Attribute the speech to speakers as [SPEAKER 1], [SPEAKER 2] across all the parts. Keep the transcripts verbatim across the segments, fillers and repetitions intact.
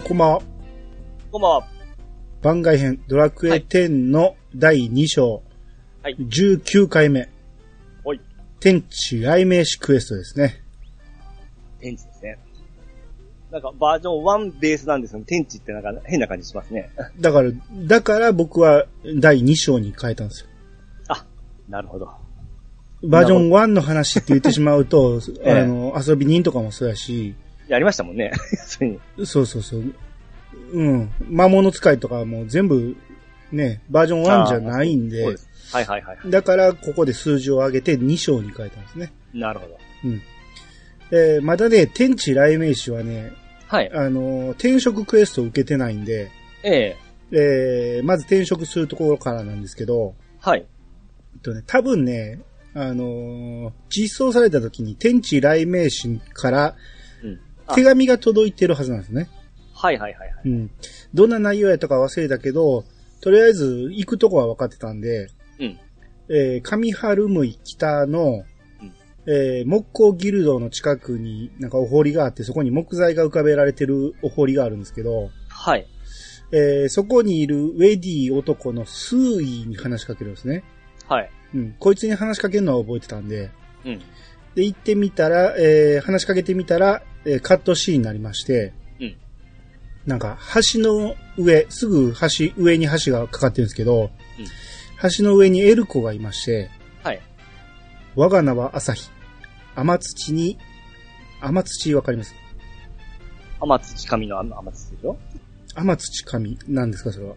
[SPEAKER 1] こんばんは。
[SPEAKER 2] こんばんは。
[SPEAKER 1] 番外編、ドラクエテンのだいに章、はい、じゅうきゅうかいめ。
[SPEAKER 2] はい。
[SPEAKER 1] 天地雷鳴士クエストですね。
[SPEAKER 2] 天地ですね。なんかバージョンワンベースなんですけど、天地ってなんか変な感じしますね。
[SPEAKER 1] だから、だから僕はだいに章に変えたんですよ。
[SPEAKER 2] あ、なるほど。
[SPEAKER 1] バージョンワンの話って言ってしまうと、ええ、あの、遊び人とかもそうやし。
[SPEAKER 2] やりましたもんね。
[SPEAKER 1] そうそうそう。うん。魔物使いとかも全部、ね、バージョンワンじゃないんで。
[SPEAKER 2] そうです。はいはいはい。
[SPEAKER 1] だから、ここで数字を上げてに章に変えたんですね。
[SPEAKER 2] なるほど。
[SPEAKER 1] うん。えー、まだね、天地雷鳴士はね、
[SPEAKER 2] はい。
[SPEAKER 1] あの、転職クエストを受けてないんで、
[SPEAKER 2] ええ。
[SPEAKER 1] えー、まず転職するところからなんですけど、
[SPEAKER 2] はい。
[SPEAKER 1] えっとね、多分ね、あのー、実装された時に天地雷鳴士から手紙が届いてるはずなんですね。
[SPEAKER 2] はいはいはいはい。
[SPEAKER 1] うん。どんな内容やったか忘れたけど、とりあえず行くとこは分かってたんで、
[SPEAKER 2] うん。
[SPEAKER 1] えー、上春向北の、えー、木工ギルドの近くになんかお堀があって、そこに木材が浮かべられてるお堀があるんですけど、
[SPEAKER 2] はい。
[SPEAKER 1] えー、そこにいるウェディ男のスーイーに話しかけるんですね。
[SPEAKER 2] はい。
[SPEAKER 1] うん。こいつに話しかけるのは覚えてたんで、
[SPEAKER 2] うん。
[SPEAKER 1] で、行ってみたら、えー、話しかけてみたら、えー、カットシーンになりまして、
[SPEAKER 2] うん。
[SPEAKER 1] なんか、橋の上、すぐ橋、上に橋がかかってるんですけど、うん、橋の上にエルコがいまして、
[SPEAKER 2] はい。
[SPEAKER 1] 我が名は朝日。天土に、天土わかります？
[SPEAKER 2] 天土神の天土でしょ？
[SPEAKER 1] 天土神、何ですかそれは。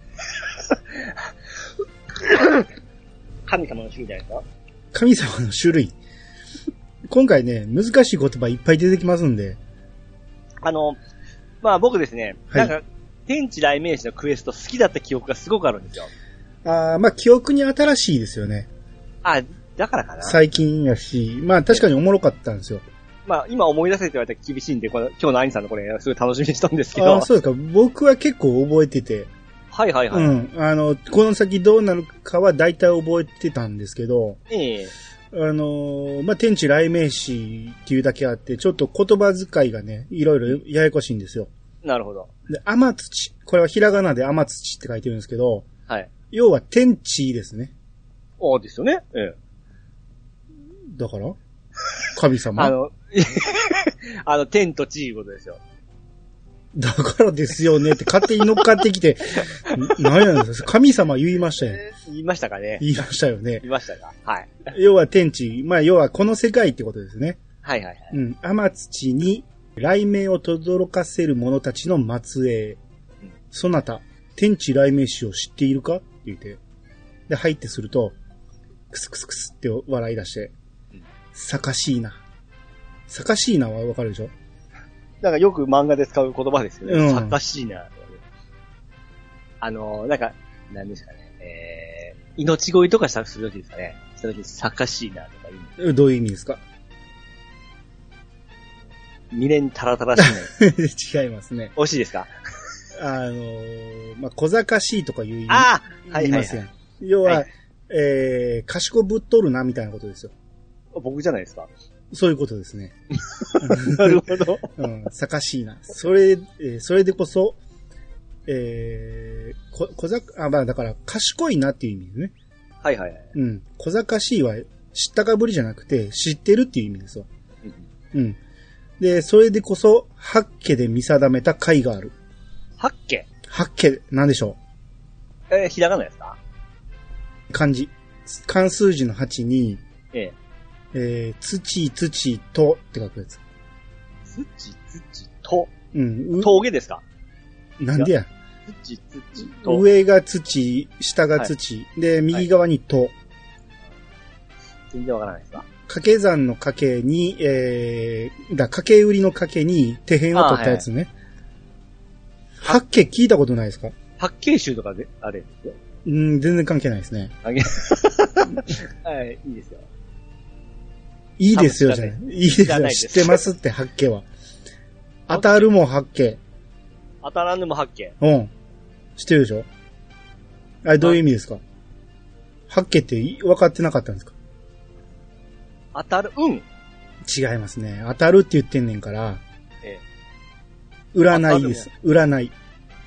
[SPEAKER 2] 神様の種類じゃないですか？
[SPEAKER 1] 神様の種類。今回ね、難しい言葉いっぱい出てきますんで。
[SPEAKER 2] あの、まあ僕ですね、はい、なんか、天地雷鳴士のクエスト好きだった記憶がすごくあるんですよ。
[SPEAKER 1] ああ、まあ記憶に新しいですよね。
[SPEAKER 2] あ、だからかな。
[SPEAKER 1] 最近やし、まあ確かにおもろかったんですよ。
[SPEAKER 2] まあ今思い出せって言われたら厳しいんで、この今日の兄さんのこれすごい楽しみにしたんですけど。
[SPEAKER 1] ああ、そうですか。僕は結構覚えてて。
[SPEAKER 2] はいはいはい。
[SPEAKER 1] うん。あの、この先どうなるかは大体覚えてたんですけど。
[SPEAKER 2] ええ。
[SPEAKER 1] あの、まあ、天地雷鳴士っていうだけあって、ちょっと言葉遣いがね、いろいろややこしいんですよ。
[SPEAKER 2] なるほど。
[SPEAKER 1] で、天土。これはひらがなで天土って書いてるんですけど。
[SPEAKER 2] はい。
[SPEAKER 1] 要は天地ですね。
[SPEAKER 2] ああですよね。ええ。
[SPEAKER 1] だから神様
[SPEAKER 2] あの、あの、天と地いうことですよ。
[SPEAKER 1] だからですよねって勝手に乗っかってきて、何なんですか神様言いましたよ、ね。
[SPEAKER 2] 言いましたかね。
[SPEAKER 1] 言いましたよね。
[SPEAKER 2] 言いましたか。はい。
[SPEAKER 1] 要は天地、まあ要はこの世界ってことですね。
[SPEAKER 2] はいはいはい。
[SPEAKER 1] うん。天土に雷鳴を轟かせる者たちの末裔。うん、そなた、天地雷鳴士を知っているかって言って。で、入ってすると、クスクスクスって笑い出して、うん、さかしいな。さかしいなはわかるでしょ？
[SPEAKER 2] なんかよく漫画で使う言葉ですよね。
[SPEAKER 1] うん。
[SPEAKER 2] さかしいな。あの、なんか、なんですかね。えー、命乞いとかしたするときですかね。したときにさかしいなとか
[SPEAKER 1] 言う。どういう意味ですか？
[SPEAKER 2] 未練たらたらしい
[SPEAKER 1] 違いますね。
[SPEAKER 2] 惜しいですか？
[SPEAKER 1] あのー、まあ、小賢しいとかいう意味。
[SPEAKER 2] ああはいはい、はい。
[SPEAKER 1] 言いますやん。要は、はい、えー、賢ぶっとるなみたいなことですよ。
[SPEAKER 2] 僕じゃないですか？
[SPEAKER 1] そういうことですね。
[SPEAKER 2] なるほど。
[SPEAKER 1] うん、さかしいな。それ、えー、それでこそ、えー、こ、小ざあ、まあだから、賢いなっていう意味ですね。
[SPEAKER 2] はいはいはい。
[SPEAKER 1] うん。小賢しいは、知ったかぶりじゃなくて、知ってるっていう意味ですよ。うん。うん。で、それでこそ、八家で見定めた解がある。
[SPEAKER 2] 八家？
[SPEAKER 1] 八家、なんでしょ
[SPEAKER 2] う？えー、ひらがなですか？
[SPEAKER 1] 漢字。漢数字の八に、
[SPEAKER 2] ええ。
[SPEAKER 1] えー、土、土、とって書くやつ。
[SPEAKER 2] 土、土、と。
[SPEAKER 1] うん。
[SPEAKER 2] 峠ですか？
[SPEAKER 1] なんでや。
[SPEAKER 2] 土、土、と。
[SPEAKER 1] 上が土、下が土。はい、で、右側にと。はい、
[SPEAKER 2] 全然わからないですか？
[SPEAKER 1] 掛け算の掛けに、えー、だ、掛け売りの掛けに手辺を取ったやつね。はいはい、八家聞いたことないですか？
[SPEAKER 2] 八景集とかで、あれですよ。
[SPEAKER 1] うん、全然関係ないですね。
[SPEAKER 2] はい、いいですよ。
[SPEAKER 1] いいですよじゃない。いいですよ。知ってますって、八家は。当たるも八家。
[SPEAKER 2] 当たらぬも八家。
[SPEAKER 1] うん。知ってるでしょ？あれどういう意味ですか？八家って分かってなかったんですか？
[SPEAKER 2] 当たる、うん。
[SPEAKER 1] 違いますね。当たるって言ってんねんから。
[SPEAKER 2] ええ。
[SPEAKER 1] 占いです。占い。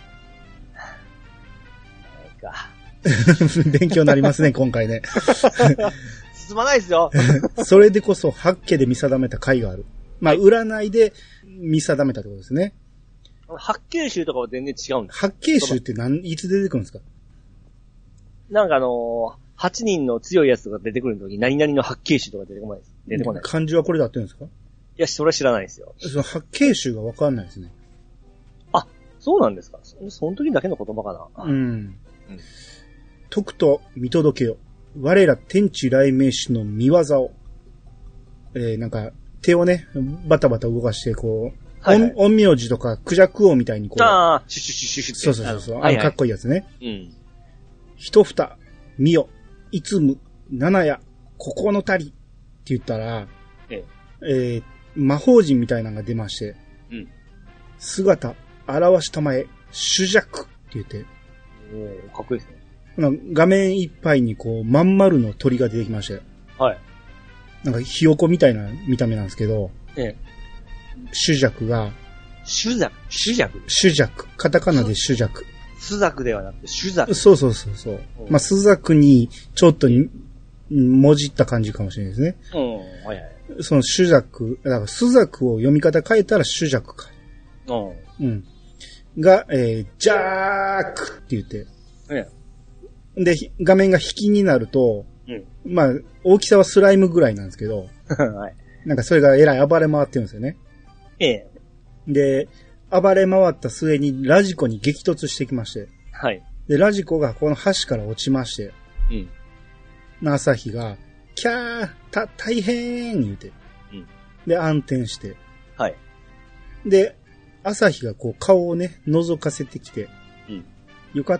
[SPEAKER 2] か
[SPEAKER 1] 勉強になりますね、今回ね。
[SPEAKER 2] 進まないですよ。
[SPEAKER 1] それでこそ、八卦で見定めた回がある。まあ、占いで見定めたってことですね。
[SPEAKER 2] 八卦集とかは全然違うんです。
[SPEAKER 1] 八卦集って何、いつ出てくるんですか？
[SPEAKER 2] なんかあのー、八人の強いやつが出てくるとき、何々の八卦集とか出てこないです。出てこない。
[SPEAKER 1] 漢字はこれで合ってるんですか？い
[SPEAKER 2] や、それは知らないですよ。
[SPEAKER 1] その八卦集がわかんないですね。
[SPEAKER 2] あ、そうなんですか。そ, その時だけの言葉かな。
[SPEAKER 1] うん。うん、解くと見届けよ。我ら天地雷鳴種の見業を。えー、なんか、手をね、バタバタ動かして、こう、はいはい、陰陽師とかクジャク王みたいにこう。
[SPEAKER 2] ああ、シュシュシュシュシュって。
[SPEAKER 1] そうそうそうそう。あの、はいはい、かっこいいやつね。
[SPEAKER 2] うん。
[SPEAKER 1] 一蓋、見よ、いつむ、七や、ここのたりって言ったら、えええー、魔法陣みたいなのが出まして、うん。姿、表したまえ、主弱って言って。
[SPEAKER 2] おー、かっこいいですね。
[SPEAKER 1] 画面いっぱいにこう、まん丸の鳥が出てきまして。はい。なんかひよこみたいな見た目なんですけど、ええ。主弱が、
[SPEAKER 2] 主弱主弱
[SPEAKER 1] 主弱。カタカナで主弱。
[SPEAKER 2] スザクではなくて主弱。
[SPEAKER 1] そうそうそうそう。うん、まあ、スザクにちょっとに、もじった感じかもしれないですね。うん。はいはい。その主弱、だからスザクを読み方変えたら主弱か。うん。うん。が、えー、ジャークって言って。ええ。で、画面が引きになると、うん、まあ、大きさはスライムぐらいなんですけど、はい。なんかそれがえらい暴れ回ってるんですよね。ええ。で、暴れ回った末にラジコに激突してきまして。はい。で、ラジコがこの橋から落ちまして。うん。朝日が、キャー、た、大変言うて。うん。で、暗転して。はい。で、朝日がこう顔をね、覗かせてきて。うん。よかった、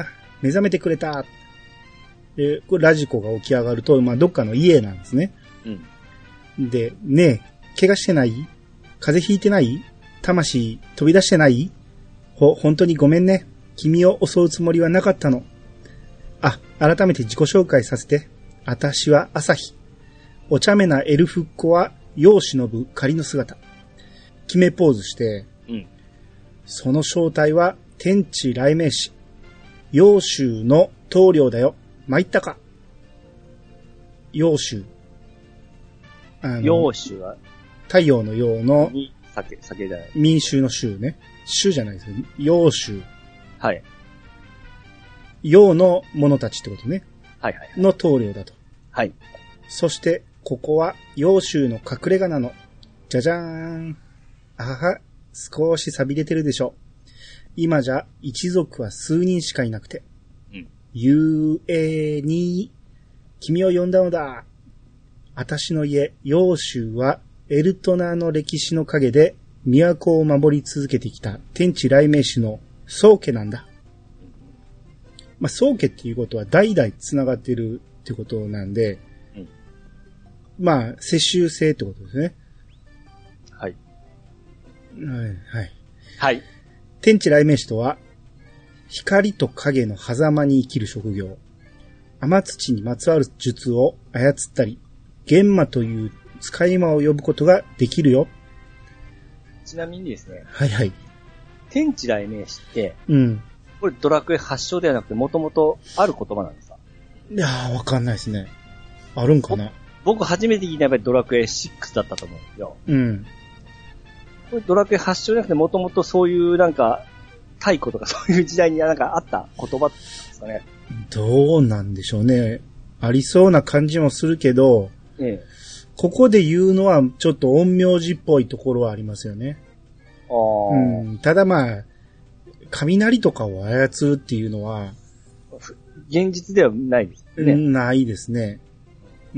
[SPEAKER 1] 目覚めてくれた。で、これラジコが起き上がると、まあ、どっかの家なんですね。うん。で、ねえ、怪我してない？風邪ひいてない？魂飛び出してない？ほ、本当にごめんね。君を襲うつもりはなかったの。あ、改めて自己紹介させて。あたしは朝日。お茶目なエルフっ子は世を忍ぶ仮の姿。決めポーズして、うん、その正体は天地雷鳴師。陽州の棟梁だよ。参ったか。陽州。
[SPEAKER 2] あの、陽州は
[SPEAKER 1] 太陽の陽の、
[SPEAKER 2] 酒、酒じゃない。
[SPEAKER 1] 民衆の州ね。州じゃないですよ。陽州。はい。陽の者たちってことね。はいはい、はい。の棟梁だと。はい。そして、ここは陽州の隠れ家なの。じゃじゃーん。あはは、少し錆びれてるでしょ。今じゃ一族は数人しかいなくて。うん。ゆえに、君を呼んだのだ。あたしの家、陽州は、エルトナの歴史の陰で、都を守り続けてきた天地雷鳴師の宗家なんだ。まあ、宗家っていうことは代々繋がってるってことなんで、うん、まあ、世襲制ってことですね。はい。はい。はい。はい。天地雷鳴師とは、光と影の狭間に生きる職業。天土にまつわる術を操ったり、玄魔という使い魔を呼ぶことができるよ。
[SPEAKER 2] ちなみにですね。
[SPEAKER 1] はいはい。
[SPEAKER 2] 天地雷鳴師って、うん。これドラクエ発祥ではなくて、もともとある言葉なんですか？
[SPEAKER 1] いやー、わかんないですね。あるんかな？
[SPEAKER 2] 僕初めて聞いたのはドラクエろくだったと思うんですよ。うん。これドラクエ発祥じゃなくて、もともとそういうなんか、太古とかそういう時代になんかあった言葉なんですかね。
[SPEAKER 1] どうなんでしょうね。ありそうな感じもするけど、ええ、ここで言うのはちょっと陰陽師っぽいところはありますよね。あうん、ただまあ、雷とかを操るっていうのは、
[SPEAKER 2] 現実ではないですね。
[SPEAKER 1] ないですね。うん。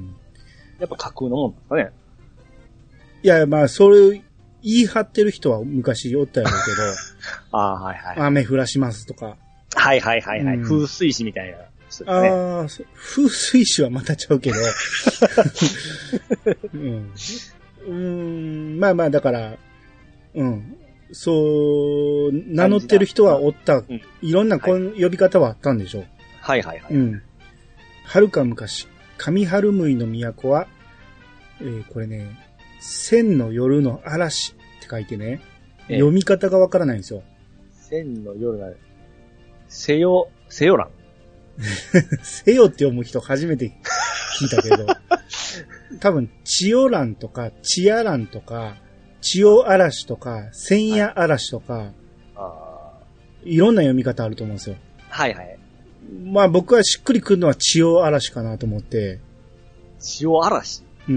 [SPEAKER 2] やっぱ架空のもんですかね。
[SPEAKER 1] いや、まあ、それ言い張ってる人は昔おったやろうけど、
[SPEAKER 2] ああ、はいはい。
[SPEAKER 1] 雨降らしますとか。
[SPEAKER 2] はいはいはいはい。うん、風水師みたいな。ね、
[SPEAKER 1] ああ、風水師はまたちゃうけど。うん、うーん、まあまあ、だから、うん。そう、名乗ってる人はおった。うん、いろんなこの呼び方はあったんでしょう。
[SPEAKER 2] はいはいはい。
[SPEAKER 1] うん。はるか昔、上春向の都は、えー、これね、千の夜の嵐って書いてね。 読み方がわからないんですよ。
[SPEAKER 2] 千の夜なる。せよ、せよらん。
[SPEAKER 1] せよって読む人初めて聞いたけど、多分、千代蘭とか、千夜蘭とか、千代嵐とか、千夜嵐とか、はい、あいろんな読み方あると思うんですよ。
[SPEAKER 2] はいはい。
[SPEAKER 1] まあ僕はしっくりくるのは千代嵐かなと思って。
[SPEAKER 2] 千代嵐？
[SPEAKER 1] うん。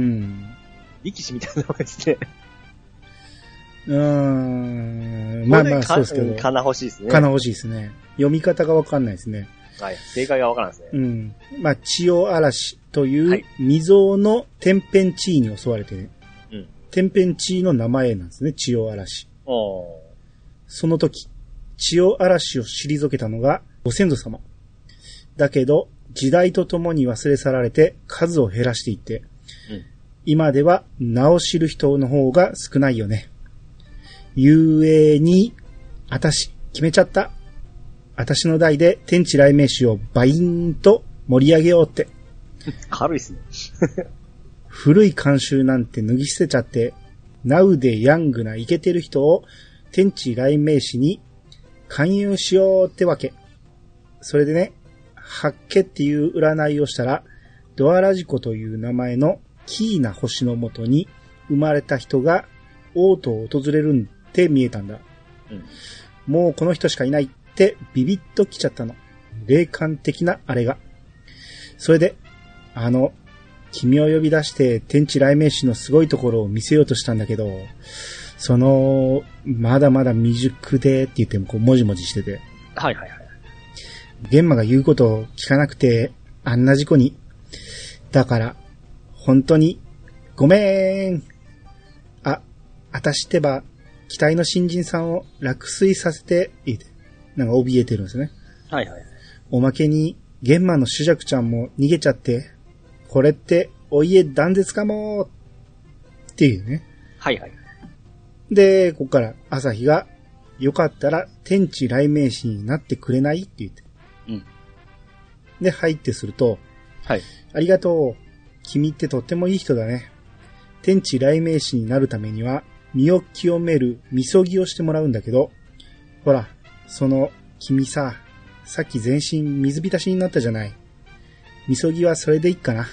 [SPEAKER 2] 力士みたいな名前ですね。
[SPEAKER 1] うーん。まあまあそうですけど。
[SPEAKER 2] かな欲しいですね。
[SPEAKER 1] かな欲しいですね。読み方がわかんないですね。
[SPEAKER 2] はい。正解がわからないですね。
[SPEAKER 1] うん。まあ、千代嵐という未曾有の天変地異に襲われてね。うん。天変地異の名前なんですね、千代嵐。おー。その時、千代嵐を退けたのがご先祖様。だけど、時代とともに忘れ去られて数を減らしていって、うん、今では名を知る人の方が少ないよね。ゆえに、あたし、決めちゃった。私の代で天地雷鳴詩をバインと盛り上げようって。
[SPEAKER 2] 軽いっすね。
[SPEAKER 1] 古い慣習なんて脱ぎ捨てちゃって、ナウでヤングなイケてる人を天地雷鳴詩に勧誘しようってわけ。それでね、八卦っていう占いをしたら、ドアラジコという名前のキーな星のもとに生まれた人が王都を訪れるんって見えたんだ。うん、もうこの人しかいないってビビッと来ちゃったの。霊感的なあれが。それで、あの、君を呼び出して天地雷鳴詩のすごいところを見せようとしたんだけど、その、まだまだ未熟でって言ってもこうもじもじしてて。
[SPEAKER 2] はいはいはい。
[SPEAKER 1] 玄馬が言うことを聞かなくて、あんな事故に。だから、本当に、ごめーん。あ、あたしってば、期待の新人さんを落水させて、言って、なんか怯えてるんですね。
[SPEAKER 2] はいはい。
[SPEAKER 1] おまけに、玄馬の主弱ちゃんも逃げちゃって、これって、お家断絶かもっていうね。
[SPEAKER 2] はいはい。
[SPEAKER 1] で、ここから朝日が、よかったら天地雷鳴詩になってくれないって言って。うん。で、入ってすると、
[SPEAKER 2] はい。
[SPEAKER 1] ありがとう。君ってとってもいい人だね。天地雷鳴詩になるためには、身を清めるみそぎをしてもらうんだけど、ほら、その、君さ、さっき全身水浸しになったじゃない。みそぎはそれでいいかな。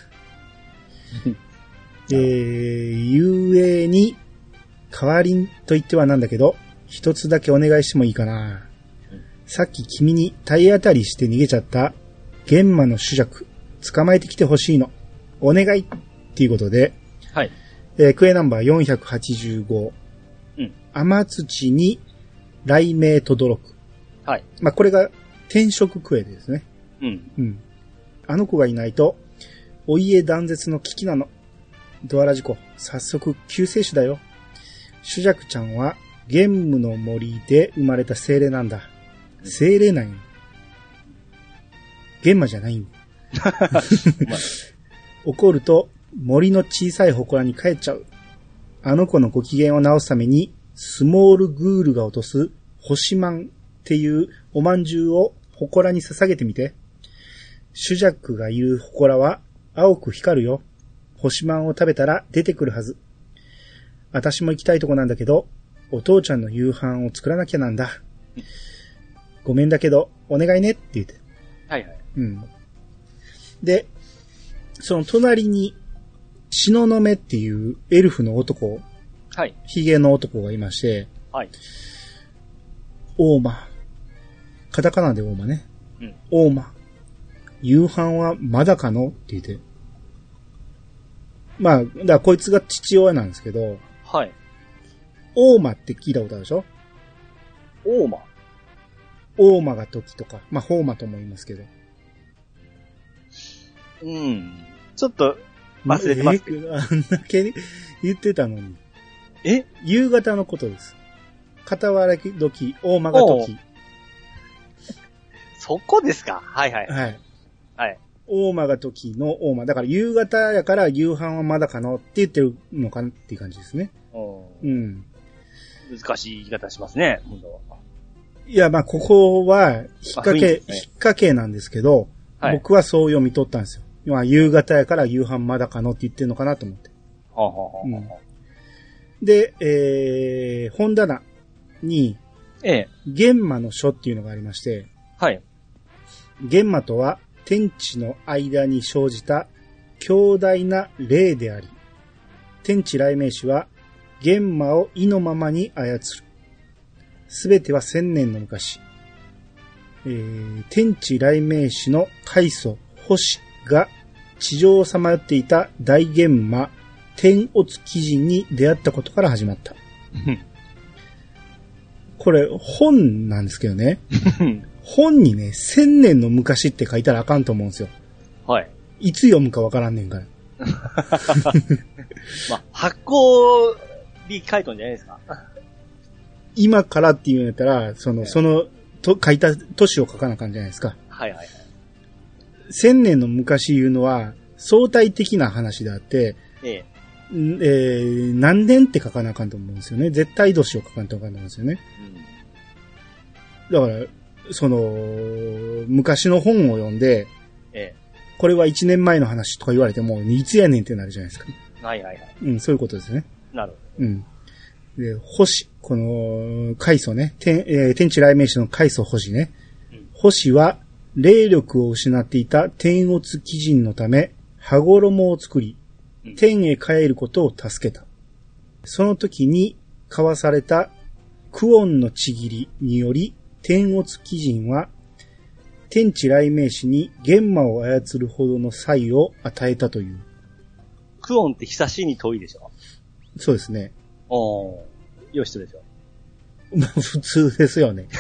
[SPEAKER 1] えー、ゆえに、代わりと言ってはなんだけど、一つだけお願いしてもいいかな。さっき君に体当たりして逃げちゃった玄馬の主弱、捕まえてきてほしいの。お願いっていうことで、
[SPEAKER 2] はい。
[SPEAKER 1] えー、クエナンバーよんひゃくはちじゅうご。うん。天土に雷鳴とどろく。
[SPEAKER 2] はい。
[SPEAKER 1] まあ、これが転職クエですね。
[SPEAKER 2] うん。
[SPEAKER 1] うん。あの子がいないと、お家断絶の危機なの。ドアラジコ、早速救世主だよ。主弱ちゃんは玄武の森で生まれた精霊なんだ。精霊なんよ。玄馬じゃないん怒ると森の小さい祠に帰っちゃう。あの子のご機嫌を直すためにスモールグールが落とす星マンっていうおまんじゅうを祠に捧げてみて。主弱がいる祠は青く光るよ。星マンを食べたら出てくるはず。私も行きたいとこなんだけど、お父ちゃんの夕飯を作らなきゃなんだ。ごめんだけど、お願いねって言って。
[SPEAKER 2] はいはい。
[SPEAKER 1] うん。で、その隣に、東雲っていうエルフの男、
[SPEAKER 2] はい。
[SPEAKER 1] 髭の男がいまして、
[SPEAKER 2] はい。
[SPEAKER 1] 大間。カタカナで大間ね。
[SPEAKER 2] うん。
[SPEAKER 1] 大間。夕飯はまだかのって言って。まあ、だからこいつが父親なんですけど、
[SPEAKER 2] はい。
[SPEAKER 1] 大間って聞いたことあるでしょ？
[SPEAKER 2] 大間
[SPEAKER 1] 大間が時とか、まあ、宝馬とも言いますけど。
[SPEAKER 2] うん。ちょっと、忘れてますけど。
[SPEAKER 1] あんだけ言ってたのに。
[SPEAKER 2] え？
[SPEAKER 1] 夕方のことです。傍ら時、大間が時。
[SPEAKER 2] そこですか？はいはい。
[SPEAKER 1] はい。
[SPEAKER 2] はい。
[SPEAKER 1] 大間が時の大間。だから夕方やから夕飯はまだかのって言ってるのかなっていう感じですね。うん。
[SPEAKER 2] 難しい言い方しますね、本当は。
[SPEAKER 1] いや、まあ、ここは、引っ掛け、ね、引っ掛けなんですけど、はい、僕はそう読み取ったんですよ。今、夕方やから夕飯まだかのって言ってるのかなと思って。
[SPEAKER 2] はあはあはあ、
[SPEAKER 1] うん、で、えー、本棚。 に、
[SPEAKER 2] ええ。
[SPEAKER 1] 玄馬の書っていうのがありまして、
[SPEAKER 2] はい。
[SPEAKER 1] 玄馬とは天地の間に生じた強大な霊であり、天地雷鳴師は玄馬を意のままに操る。すべては千年の昔、えー、天地雷鳴師の開祖星が地上をさまよっていた大玄馬天乙鬼神に出会ったことから始まった。これ本なんですけどね。本にね、千年の昔って書いたらあかんと思うんですよ。
[SPEAKER 2] はい。
[SPEAKER 1] いつ読むかわからんねんから。
[SPEAKER 2] まあ、発行に書いたんじゃないですか。
[SPEAKER 1] 今からっていうんやったら、その、ええ、その、と、書いた年を書かなあかんじゃないですか。
[SPEAKER 2] はいはいはい。
[SPEAKER 1] 千年の昔いうのは、相対的な話であって、えええー、何年って書かなあかんと思うんですよね。絶対年を書かんとあかんと思うんですよね。うん、だから、その、昔の本を読んで、ええ、これはいちねんまえの話とか言われても、いつやねんってなるじゃないですか。
[SPEAKER 2] はいはいはい。
[SPEAKER 1] うん、そういうことですね。
[SPEAKER 2] なるほど。
[SPEAKER 1] うん。で、星、この、開祖ね、天、えー、天地雷鳴師の開祖星ね。うん、星は、霊力を失っていた天乙鬼神のため、羽衣を作り、うん、天へ帰ることを助けた。その時に交わされたクオンのちぎりにより、天乙鬼神は、天地雷鳴師に玄馬を操るほどの才を与えたという。
[SPEAKER 2] クオンって久しいに遠いでしょ？
[SPEAKER 1] そうですね。
[SPEAKER 2] おー。よしとでしょ。
[SPEAKER 1] まあ普通ですよね。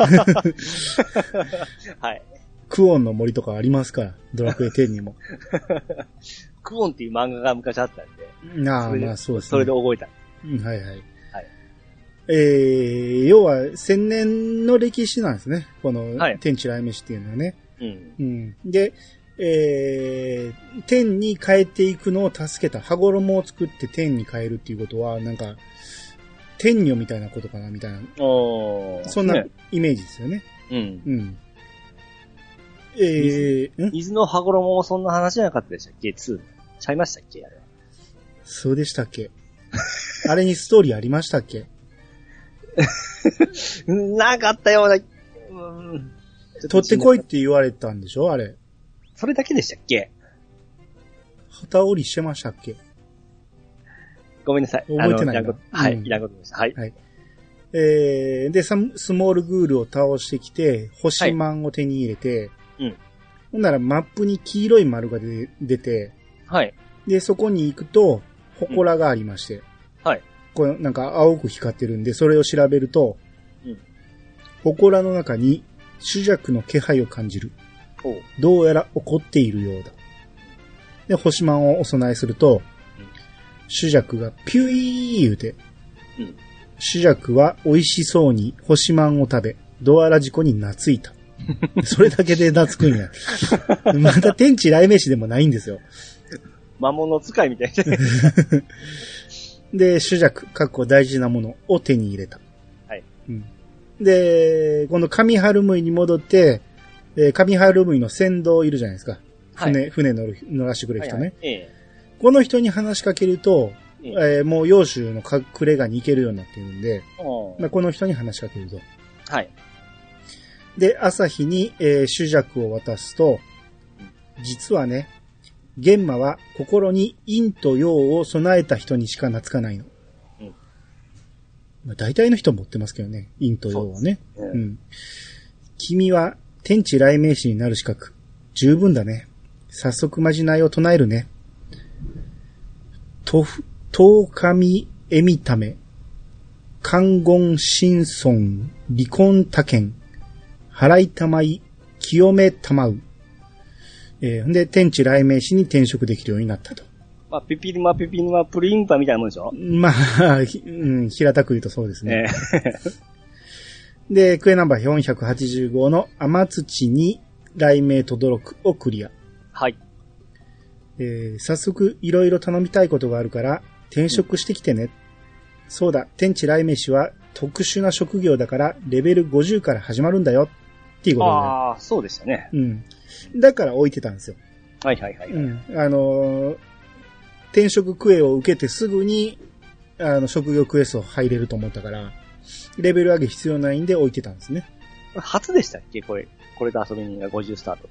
[SPEAKER 2] はい。
[SPEAKER 1] クオンの森とかありますから、ドラクエテンにも。
[SPEAKER 2] クオンっていう漫画が昔あったんで。
[SPEAKER 1] ああ、まあそうですね。
[SPEAKER 2] それで覚えた。
[SPEAKER 1] うん、はいはい。はい。
[SPEAKER 2] え
[SPEAKER 1] ー、要は千年の歴史なんですね。この天地雷鳴師っていうのはね。はい、うん。うん。で、えー、天に変えていくのを助けた。羽衣を作って天に変えるっていうことは、なんか、天女みたいなことかなみたいな。
[SPEAKER 2] お
[SPEAKER 1] そんなイメージですよね。
[SPEAKER 2] ね、うん。うん。
[SPEAKER 1] えー、
[SPEAKER 2] 水, 水の羽衣もそんな話じゃなかったでしたっけ ?ツー ちゃいましたっけあれ。
[SPEAKER 1] そうでしたっけあれにストーリーありましたっけ
[SPEAKER 2] なかったような、うん。
[SPEAKER 1] 取ってこいって言われたんでしょあれ。
[SPEAKER 2] それだけでしたっけ
[SPEAKER 1] 旗折りしてましたっけ
[SPEAKER 2] ごめんなさい。
[SPEAKER 1] 覚えてないな。
[SPEAKER 2] はい、うん、いらんことでした。はい。はい。
[SPEAKER 1] えー、で、スモールグールを倒してきて、星マンを手に入れて、はい、うん。ほんならマップに黄色い丸が出出て、
[SPEAKER 2] はい。
[SPEAKER 1] で、そこに行くと、祠がありまして、うん、
[SPEAKER 2] はい。
[SPEAKER 1] これなんか青く光ってるんで、それを調べると、うん。祠の中に主弱の気配を感じる。どうやら怒っているようだ。で、星マンをお供えすると、主弱がピュイー言うて、うん、主弱は美味しそうに星マンを食べ、ドアラジコに懐いた。それだけで懐くんや。まだ天地雷鳴師でもないんですよ。
[SPEAKER 2] 魔物使いみたいな。
[SPEAKER 1] で、主弱、かっこ大事なものを手に入れた。
[SPEAKER 2] はい。
[SPEAKER 1] うん、で、この上春向に戻って、えー、上春向の船頭いるじゃないですか。船、はい、船乗る、乗らしてくれる人ね。はいはいええこの人に話しかけると、うんえー、もう幼州の隠れ家に行けるようになっているんで、まあ、この人に話しかけると。
[SPEAKER 2] はい。
[SPEAKER 1] で、朝日に、えー、主弱を渡すと、実はね、玄馬は心に陰と陽を備えた人にしか懐かないの。うんまあ、大体の人持ってますけどね、陰と陽はね。ううん、君は天地雷鳴師になる資格、十分だね。早速まじないを唱えるね。とふ、とうかみえみため、関言神尊、離婚他県、払いたまい、清めたまう。えー、で、天地雷鳴師に転職できるようになったと。
[SPEAKER 2] まあ、ピピルマピピルマプリンパみたいなもんでしょ
[SPEAKER 1] まあ、うん、平たく言うとそうですね。えー、で、クエナンバーよんひゃくはちじゅうごの天土に雷鳴とどろくをクリア。
[SPEAKER 2] はい。
[SPEAKER 1] えー、早速いろいろ頼みたいことがあるから転職してきてね。うん、そうだ、天地雷鳴師は特殊な職業だからレベルごじゅうから始まるんだよっていうことで、ね。
[SPEAKER 2] ああ、そうでしたね。
[SPEAKER 1] うん。だから置いてたんですよ。
[SPEAKER 2] はいはいはい。
[SPEAKER 1] うん。あのー、転職クエを受けてすぐにあの職業クエスト入れると思ったから。 レベル上げ必要ないんで置いてたんですね。
[SPEAKER 2] 初でしたっけこれ、これで遊び人がごじゅうスタートって。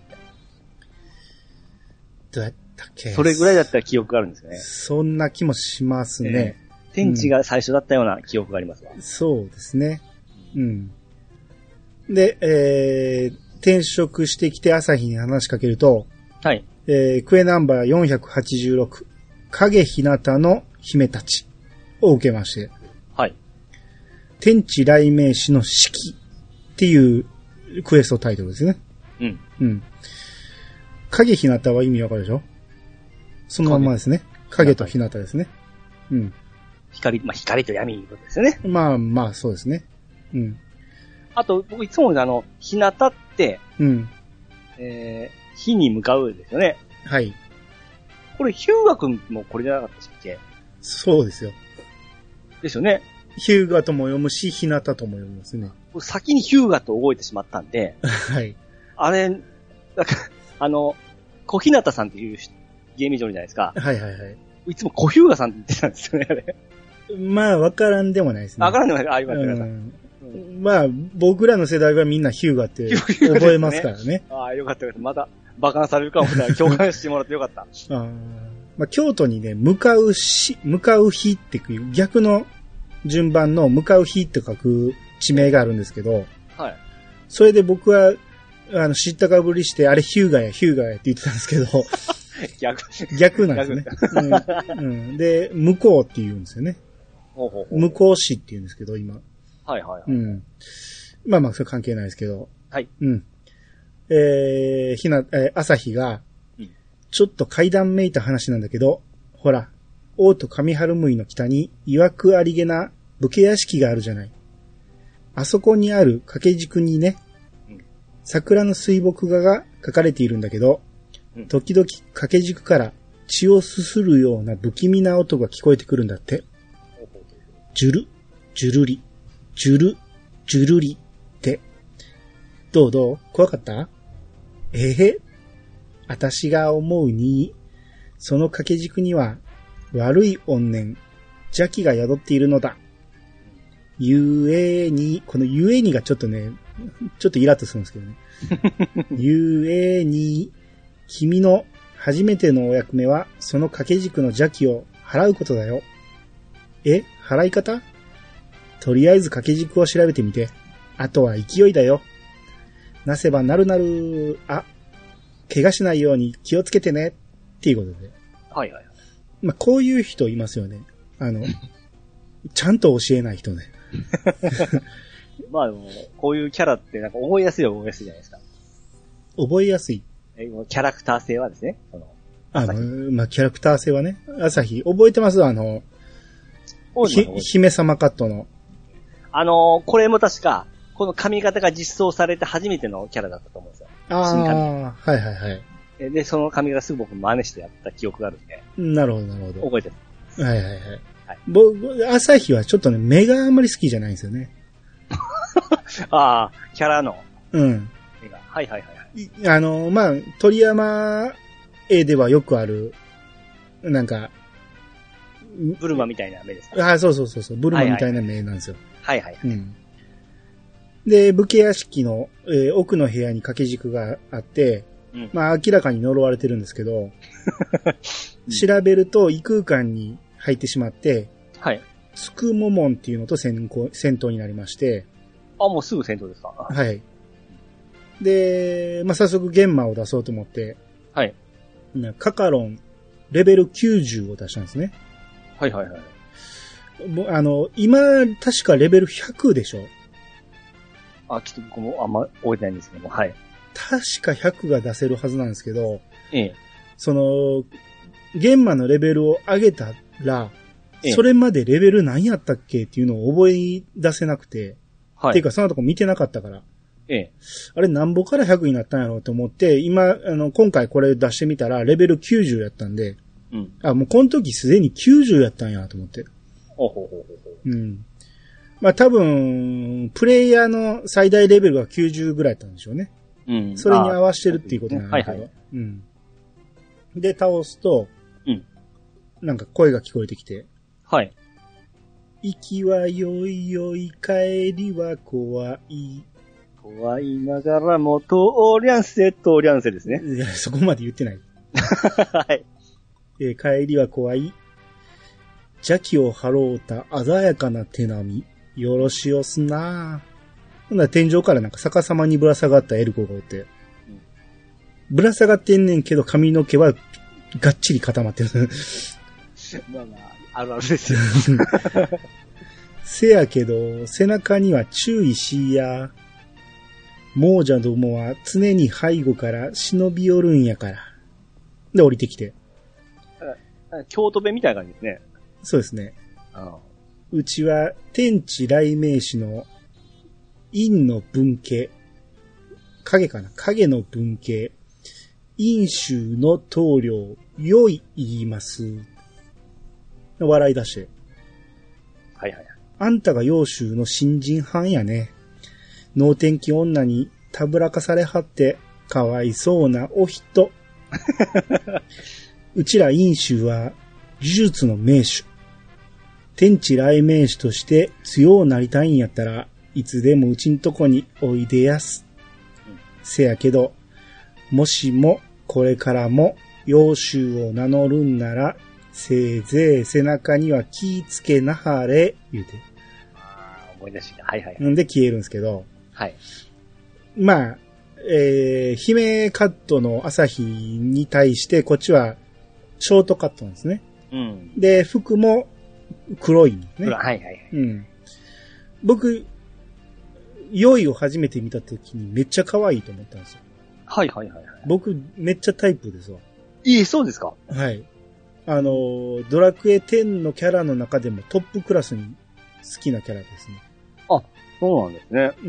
[SPEAKER 1] どうやったっけ？
[SPEAKER 2] それぐらいだったら記憶があるんですよね。
[SPEAKER 1] そんな気もしますね。
[SPEAKER 2] えー、天地が最初だったような記憶がありますわ。
[SPEAKER 1] うん、そうですね。うん。で、えー、転職してきて朝日に話しかけると、
[SPEAKER 2] はい。
[SPEAKER 1] えー、クエナンバーよんひゃくはちじゅうろく、影ひなたの姫たちを受けまして、
[SPEAKER 2] はい。
[SPEAKER 1] 天地雷鳴士の式っていうクエストタイトルですね。
[SPEAKER 2] うん。
[SPEAKER 1] うん。影ひなたは意味わかるでしょ？そのまんまですね。影とひなたですね。うん。
[SPEAKER 2] 光、まあ、光と闇いうことですよね。
[SPEAKER 1] まあまあ、そうですね。うん。
[SPEAKER 2] あと、僕いつもあの、ひなたって、
[SPEAKER 1] うん。
[SPEAKER 2] えー、火に向かうですよね。
[SPEAKER 1] はい。
[SPEAKER 2] これ、ヒューガ君もこれじゃなかったっけ？
[SPEAKER 1] そうですよ。
[SPEAKER 2] ですよね。
[SPEAKER 1] ヒューガとも読むし、ひなたとも読みますね。
[SPEAKER 2] 先にヒューガと覚えてしまったんで。
[SPEAKER 1] はい。
[SPEAKER 2] あれ、なんか、あの、小日向さんっていうゲーム上じゃないですか。
[SPEAKER 1] はいはいはい。
[SPEAKER 2] いつも小ヒューガさんって言ってたんですよね、あれ。
[SPEAKER 1] まあ、わからんでもないですね。
[SPEAKER 2] わからんでもない。あ、よかったよかった。
[SPEAKER 1] まあ、僕らの世代はみんなヒューガって覚えますからね。ね
[SPEAKER 2] ああ、よかったよかった。まだ、馬鹿なされるかもしれない。共感してもらってよかった。
[SPEAKER 1] あまあ、京都にね、向かうし、向かう日っていう逆の順番の向かう日って書く地名があるんですけど、はい。それで僕は、あの、知ったかぶりして、あれヒューガや、ヒューガやって言ってたんですけど、
[SPEAKER 2] 逆。
[SPEAKER 1] 逆なんですね、うんうん。で、向こうって言うんですよね。ほうほうほう向こう市って言うんですけど、今。
[SPEAKER 2] はいはいはい。
[SPEAKER 1] うん。まあまあ、それ関係ないですけど。
[SPEAKER 2] はい。
[SPEAKER 1] うん。えー、ひな、えー、朝日が、ちょっと階段めいた話なんだけど、ほら、王と上春向の北に、曰くありげな武家屋敷があるじゃない。あそこにある掛け軸にね、うん、桜の水墨画が描かれているんだけど、うん、時々掛け軸から血をすするような不気味な音が聞こえてくるんだって。ジュル、ジュルリ、ジュル、ジュルリって。どうどう？怖かった？えへ、私が思うに、その掛け軸には悪い怨念、邪気が宿っているのだ。ゆえに、このゆえにがちょっとね、ちょっとイラッとするんですけどね。ゆえに、君の初めてのお役目は、その掛け軸の邪気を払うことだよ。え？払い方？とりあえず掛け軸を調べてみて。あとは勢いだよ。なせばなるなる、あ、怪我しないように気をつけてね。っていうことで。
[SPEAKER 2] はいはい。
[SPEAKER 1] まあ、こういう人いますよね。あの、ちゃんと教えない人ね。
[SPEAKER 2] まあでも、こういうキャラってなんか覚えやすいは覚えやすいじゃないですか。
[SPEAKER 1] 覚えやすい。
[SPEAKER 2] え、キャラクター性はですね。その
[SPEAKER 1] あの、まあ、キャラクター性はね。朝日、覚えてます？あの、ひ、姫様カットの。
[SPEAKER 2] あのー、これも確か、この髪型が実装されて初めてのキャラだったと思うんですよ。
[SPEAKER 1] ああ、はいはいはい。
[SPEAKER 2] で、その髪型すぐ僕真似してやった記憶があるんで。
[SPEAKER 1] なるほど、なるほど。
[SPEAKER 2] 覚えてる。
[SPEAKER 1] はいはいはい。はい、僕、朝日はちょっとね、目があんまり好きじゃないんですよね。
[SPEAKER 2] ああ、キャラの。
[SPEAKER 1] うん。
[SPEAKER 2] 目が。はいはいはい。
[SPEAKER 1] あの、まあ、鳥山絵ではよくある、なんか、
[SPEAKER 2] ブルマみたいな目ですか？
[SPEAKER 1] ああ、そうそうそうそう、ブルマみたいな目なんですよ。
[SPEAKER 2] はいはい、はい。
[SPEAKER 1] うん。で、武家屋敷の、えー、奥の部屋に掛け軸があって、うん、まあ明らかに呪われてるんですけど、うん、調べると異空間に入ってしまって、はい。つくももんっていうのと戦戦闘になりまして、
[SPEAKER 2] あ、もうすぐ戦闘ですか？
[SPEAKER 1] はい。で、まあ早速玄魔を出そうと思って、はい。カカロンレベルきゅうじゅうを出したんですね。
[SPEAKER 2] はいはいはい。
[SPEAKER 1] あの、今、確かレベルひゃくでしょ？
[SPEAKER 2] あ、ちょっと僕もあんま覚えてないんですけども、はい。
[SPEAKER 1] 確かひゃくが出せるはずなんですけど、
[SPEAKER 2] ええ。
[SPEAKER 1] その、玄魔のレベルを上げたら、ええ、それまでレベル何やったっけっていうのを覚え出せなくて、はい。っていうかそのとこ見てなかったから、ええ。あれ何歩からひゃくになったんやろうと思って、今、あの、今回これ出してみたらレベルきゅうじゅうやったんで、うん。あ、もうこの時すでにきゅうじゅうやったんやと思って。
[SPEAKER 2] ほうほうほうほう。
[SPEAKER 1] うん。まあ多分、プレイヤーの最大レベルがきゅうじゅうぐらいだったんでしょうね。うん。それに合わせてるっていうことなんだけど。はいはい。うん。で、倒すと、うん。なんか声が聞こえてきて。はい。 行きはよいよい、帰りは怖い。
[SPEAKER 2] 怖いながらも、通りゃんせ、通りゃんせですね。
[SPEAKER 1] いや、そこまで言ってない。
[SPEAKER 2] はい。
[SPEAKER 1] えー、帰りは怖い。邪気を払うた鮮やかな手並み。よろしおすなぁ。ほんなら天井からなんか逆さまにぶら下がったエルコがおって。うん、ぶら下がってんねんけど髪の毛はがっちり固まってる。
[SPEAKER 2] まあまあ、あるあるですよ。
[SPEAKER 1] せやけど、背中には注意しいや。亡者どもは常に背後から忍び寄るんやから。で、降りてきて。
[SPEAKER 2] 京都弁みたいな感じですね。
[SPEAKER 1] そうですね。
[SPEAKER 2] ああ、
[SPEAKER 1] うちは天地雷鳴師の陰の分家。影かな影の分家。陰州の棟梁、良い言います。笑い出して。
[SPEAKER 2] はいはい。
[SPEAKER 1] あんたが陽州の新人藩やね。能天気女にたぶらかされはって、かわいそうなお人。うちら陰州は、呪術の名手。天地雷鳴師として強うなりたいんやったらいつでもうちんとこにおいでやす。うん、せやけど、もしもこれからも妖衆を名乗るんなら、せいぜい背中には気ぃつけなはれ、言うて。
[SPEAKER 2] ああ、思い出した。はいはい、はい。
[SPEAKER 1] んで消えるんですけど。
[SPEAKER 2] はい。
[SPEAKER 1] まあ、えー、姫カットの朝日に対してこっちはショートカットなんですね。
[SPEAKER 2] うん。
[SPEAKER 1] で、服も黒いんですね。
[SPEAKER 2] はいはいはい。
[SPEAKER 1] うん。僕、ヨイを初めて見たときにめっちゃ可愛いと思ったんですよ。
[SPEAKER 2] はいはいはい、はい。
[SPEAKER 1] 僕、めっちゃタイプですわ。
[SPEAKER 2] いい、そうですか？
[SPEAKER 1] はい。あの、ドラクエテンのキャラの中でもトップクラスに好きなキャラですね。
[SPEAKER 2] あ、そうなんですね。
[SPEAKER 1] うん。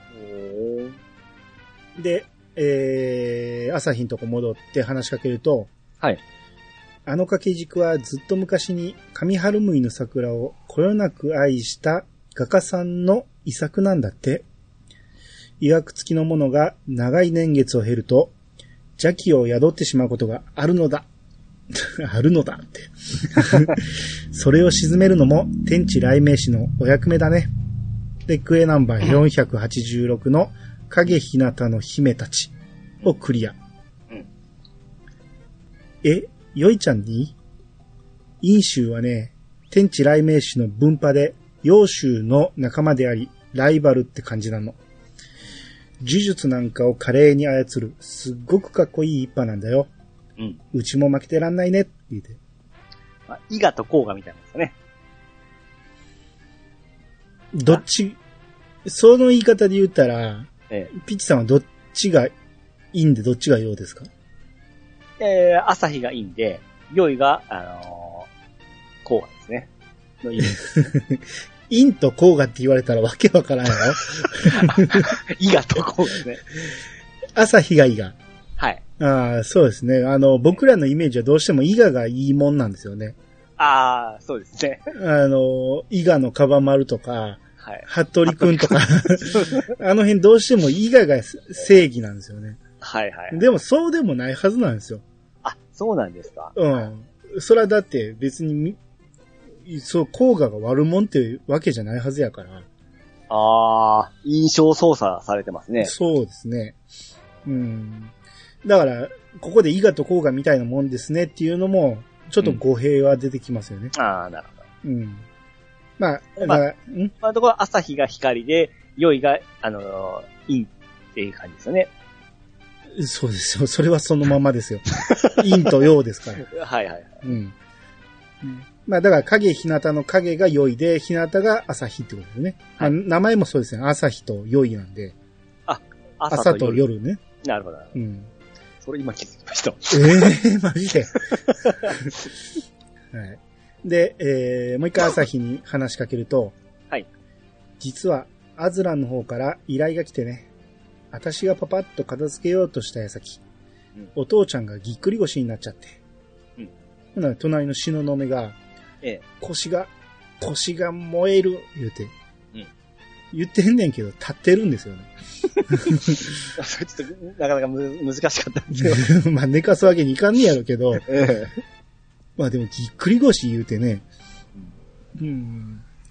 [SPEAKER 1] おで、えー、朝日のとこ戻って話しかけると、
[SPEAKER 2] はい。
[SPEAKER 1] あの掛け軸はずっと昔に上春向の桜をこよなく愛した画家さんの遺作なんだって。曰く付きの者が長い年月を経ると邪気を宿ってしまうことがあるのだ。あるのだって。それを鎮めるのも天地雷鳴師のお役目だね。で、クエナンバーよんひゃくはちじゅうろくの影ひなたの姫たちをクリア。うん、え、よいちゃんに陰州はね、天地雷鳴師の分派で、陽州の仲間であり、ライバルって感じなの。呪術なんかを華麗に操る、すっごくかっこいい一派なんだよ。うん。うちも負けてらんないねって言って。
[SPEAKER 2] まあ、伊賀と甲賀みたいなんですかね。
[SPEAKER 1] どっち、その言い方で言ったら、
[SPEAKER 2] ええ、
[SPEAKER 1] ピッチさんはどっちが陰でどっちが陽ですか？
[SPEAKER 2] えー、朝日がいいんで、良いが、あのー、甲賀ですね。のいい。
[SPEAKER 1] 陰と甲賀って言われたらわけわからんやろ。
[SPEAKER 2] 伊賀と甲賀ですね。
[SPEAKER 1] 朝日が伊賀。
[SPEAKER 2] はい。
[SPEAKER 1] ああ、そうですね。あの、僕らのイメージはどうしても伊賀がいいもんなんですよね。
[SPEAKER 2] ああ、そうですね。
[SPEAKER 1] あの、伊賀のカバマルとか、
[SPEAKER 2] はい。
[SPEAKER 1] 服部くんとか、あの辺どうしても伊賀が正義なんですよね。
[SPEAKER 2] はいはい。
[SPEAKER 1] でもそうでもないはずなんですよ。
[SPEAKER 2] あ、そうなんですか。
[SPEAKER 1] うん。それはだって別に、そう、甲賀が悪者っていうわけじゃないはずやから。
[SPEAKER 2] ああ、印象操作されてますね。
[SPEAKER 1] そうですね。うん。だから、ここで伊賀と甲賀みたいなもんですねっていうのも、ちょっと語弊は出てきますよね。
[SPEAKER 2] うん、ああ、なるほど。
[SPEAKER 1] うん。まあ、だ
[SPEAKER 2] まあ、
[SPEAKER 1] から、
[SPEAKER 2] んまあ、ところ朝日が光で、良いが、あのー、陰っていう感じですよね。
[SPEAKER 1] そうですよ。それはそのままですよ。陰と陽ですから。
[SPEAKER 2] はいはいはい。
[SPEAKER 1] うん。まあだから影ひなたの影が良いで、ひなたが朝日ってことですね。はい、まあ、名前もそうですね。朝日と良いなんで。
[SPEAKER 2] あ、
[SPEAKER 1] 朝と 夜, 朝と夜ね。
[SPEAKER 2] なるほど。
[SPEAKER 1] うん。
[SPEAKER 2] それ今気づきました。
[SPEAKER 1] ええー、マジで。はい。で、えー、もう一回朝日に話しかけると、
[SPEAKER 2] はい。
[SPEAKER 1] 実は、アズランの方から依頼が来てね、私がパパッと片付けようとした矢先、うん、お父ちゃんがぎっくり腰になっちゃって、うん。ほな、隣の東雲が、
[SPEAKER 2] ええ、
[SPEAKER 1] 腰が、腰が燃える、言うて、
[SPEAKER 2] うん。
[SPEAKER 1] 言ってんねんけど、立ってるんですよね。
[SPEAKER 2] それちょっと、なかなかむ難しかったんです
[SPEAKER 1] けど。まあ、寝かすわけにいかんねやろけど、
[SPEAKER 2] ええ、
[SPEAKER 1] まあでもぎっくり腰言うてね、うん、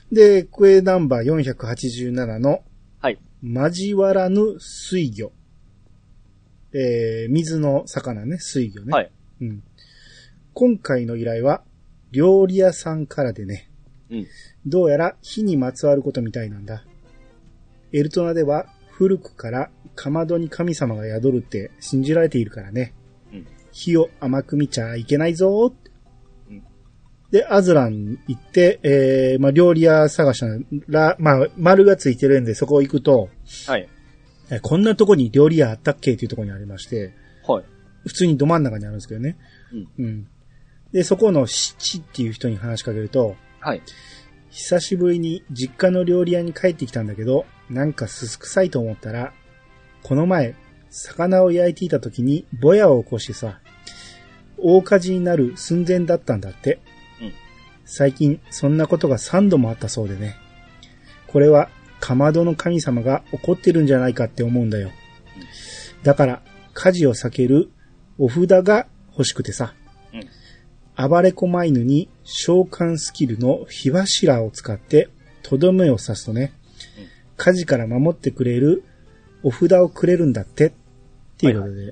[SPEAKER 1] で、クエナンバーよんひゃくはちじゅうななの、
[SPEAKER 2] はい。
[SPEAKER 1] 交わらぬ水魚。えー、水の魚ね、水魚ね。
[SPEAKER 2] はい。
[SPEAKER 1] うん。今回の依頼は、料理屋さんからでね。
[SPEAKER 2] うん。
[SPEAKER 1] どうやら火にまつわることみたいなんだ。エルトナでは古くからかまどに神様が宿るって信じられているからね。うん。火を甘く見ちゃいけないぞーって。うん。で、アズラン行って、えー、まあ、料理屋探したら、まあ、丸がついてるんでそこ行くと、
[SPEAKER 2] はい。
[SPEAKER 1] こんなとこに料理屋あったっけっていうところにありまして、
[SPEAKER 2] はい。
[SPEAKER 1] 普通にど真ん中にあるんですけどね。うん。うん。で、そこの七っていう人に話しかけると、
[SPEAKER 2] はい。
[SPEAKER 1] 久しぶりに実家の料理屋に帰ってきたんだけど、なんかすすくさいと思ったら、この前、魚を焼いていた時にぼやを起こしてさ、大火事になる寸前だったんだって。うん。最近、そんなことが三度もあったそうでね。これは、かまどの神様が怒ってるんじゃないかって思うんだよ。うん、だから、火事を避けるお札が欲しくてさ。うん、暴れこま犬に召喚スキルの火柱を使ってとどめを刺すとね、うん、火事から守ってくれるお札をくれるんだってっていうことで、はいはい、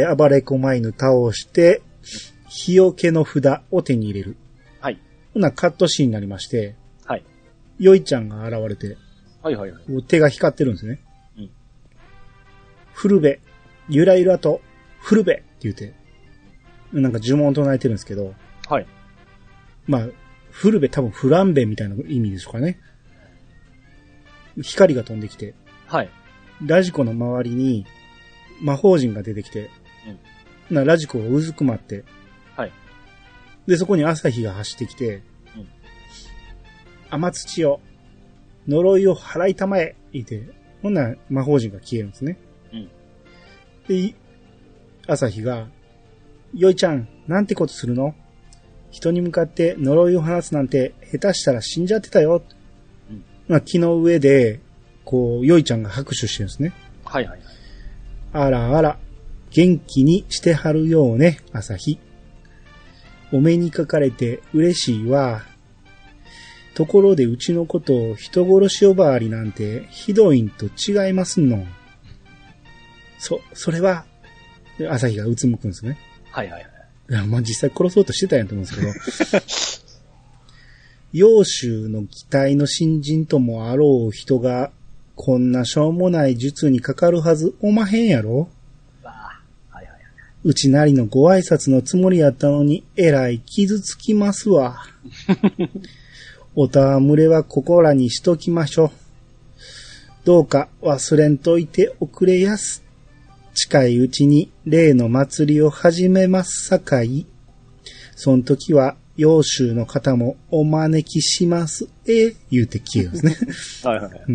[SPEAKER 1] で暴れこま犬倒して火よけの札を手に入れる。はい。ほなカットシーンになりまして、はい。よいちゃんが現れて、はいはいはい。手が光ってるんですね。うん。フルベ、ゆらゆらとフルベって言って。なんか呪文を唱えてるんですけど。はい。まあ、フルベ多分フランベみたいな意味でしょうかね。光が飛んできて。はい。ラジコの周りに魔法陣が出てきて。うん。なラジコがうずくまって。はい。で、そこに朝日が走ってきて。うん。雨土を、呪いを払いたまえ言って、ほんなら魔法陣が消えるんですね。うん。で、朝日が、よいちゃん、なんてことするの？人に向かって呪いを放つなんて下手したら死んじゃってたよ。うん、まあ、木の上で、こう、よいちゃんが拍手してるんですね。はいはいはい。あらあら、元気にしてはるようね、朝日。お目にかかれて嬉しいわ。ところでうちのことを人殺し呼ばわりなんてひどいんと違いますの。そ、それは、朝日がうつむくんですね。はいはいはい。いや、まあ、実際殺そうとしてたんやと思うんですけど。揚州の期待の新人ともあろう人が、こんなしょうもない術にかかるはずおまへんやろ？わあ、はいはいはい。うちなりのご挨拶のつもりやったのに、えらい傷つきますわ。おたむれはここらにしときましょう。どうか忘れんといておくれやす。近いうちに例の祭りを始めますさかい。その時は、揚州の方もお招きします。え言うて消えるんですね。はいはいはい。うん。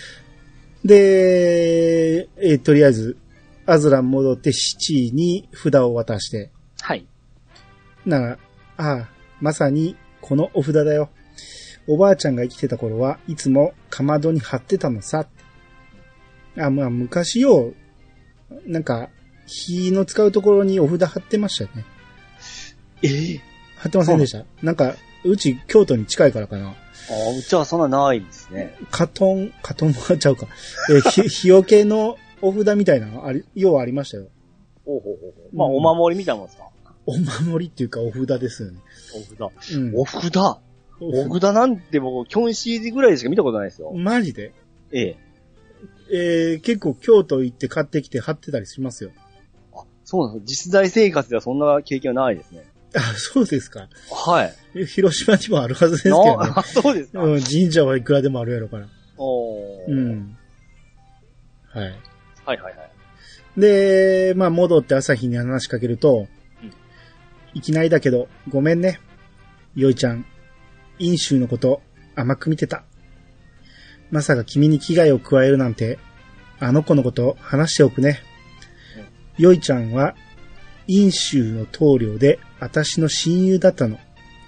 [SPEAKER 1] で、えとりあえず、アズラン戻って七に札を渡して。はい。なら、ああ、まさにこのお札だよ。おばあちゃんが生きてた頃はいつもかまどに貼ってたのさ。あ、まあ昔よ、なんか、火の使うところにお札貼ってましたよね。えー、貼ってませんでした？なんか、うち京都に近いからかな。ああ、
[SPEAKER 2] うちはそんなないですね。
[SPEAKER 1] カトン、カトンもちゃうか。えー、日よけのお札みたいなのあり、ようありましたよ。
[SPEAKER 2] おほほほ。まあ、お守りみたいなもんですか？
[SPEAKER 1] お守りっていうかお札ですよね。
[SPEAKER 2] お札。うん、お札お札なんてもう、キョンシージぐらいしか見たことないですよ。
[SPEAKER 1] マジで？
[SPEAKER 2] ええ。
[SPEAKER 1] えー、結構京都行って買ってきて貼ってたりしますよ。
[SPEAKER 2] あ、そうなんです。実在生活ではそんな経験はないですね。
[SPEAKER 1] あ、そうですか。
[SPEAKER 2] はい。
[SPEAKER 1] 広島にもあるはずですけどね。
[SPEAKER 2] あ、そうですか。
[SPEAKER 1] うん、神社はいくらでもあるやろから。
[SPEAKER 2] おー。
[SPEAKER 1] うん。はい。
[SPEAKER 2] はいはいはい。
[SPEAKER 1] で、まあ戻って朝日に話しかけると、うん、いきなりだけど、ごめんね。よいちゃん、飲酒のこと甘く見てた。まさか君に危害を加えるなんて、あの子のこと話しておくね。うん、よいちゃんは、飲酒の棟梁で、私の親友だったの。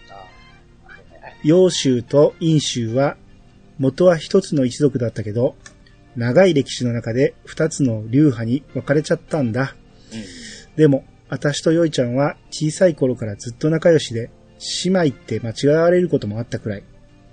[SPEAKER 1] 揚州と飲州は、元は一つの一族だったけど、長い歴史の中で二つの流派に分かれちゃったんだ。うん、でも、私とよいちゃんは小さい頃からずっと仲良しで、姉妹って間違われることもあったくらい。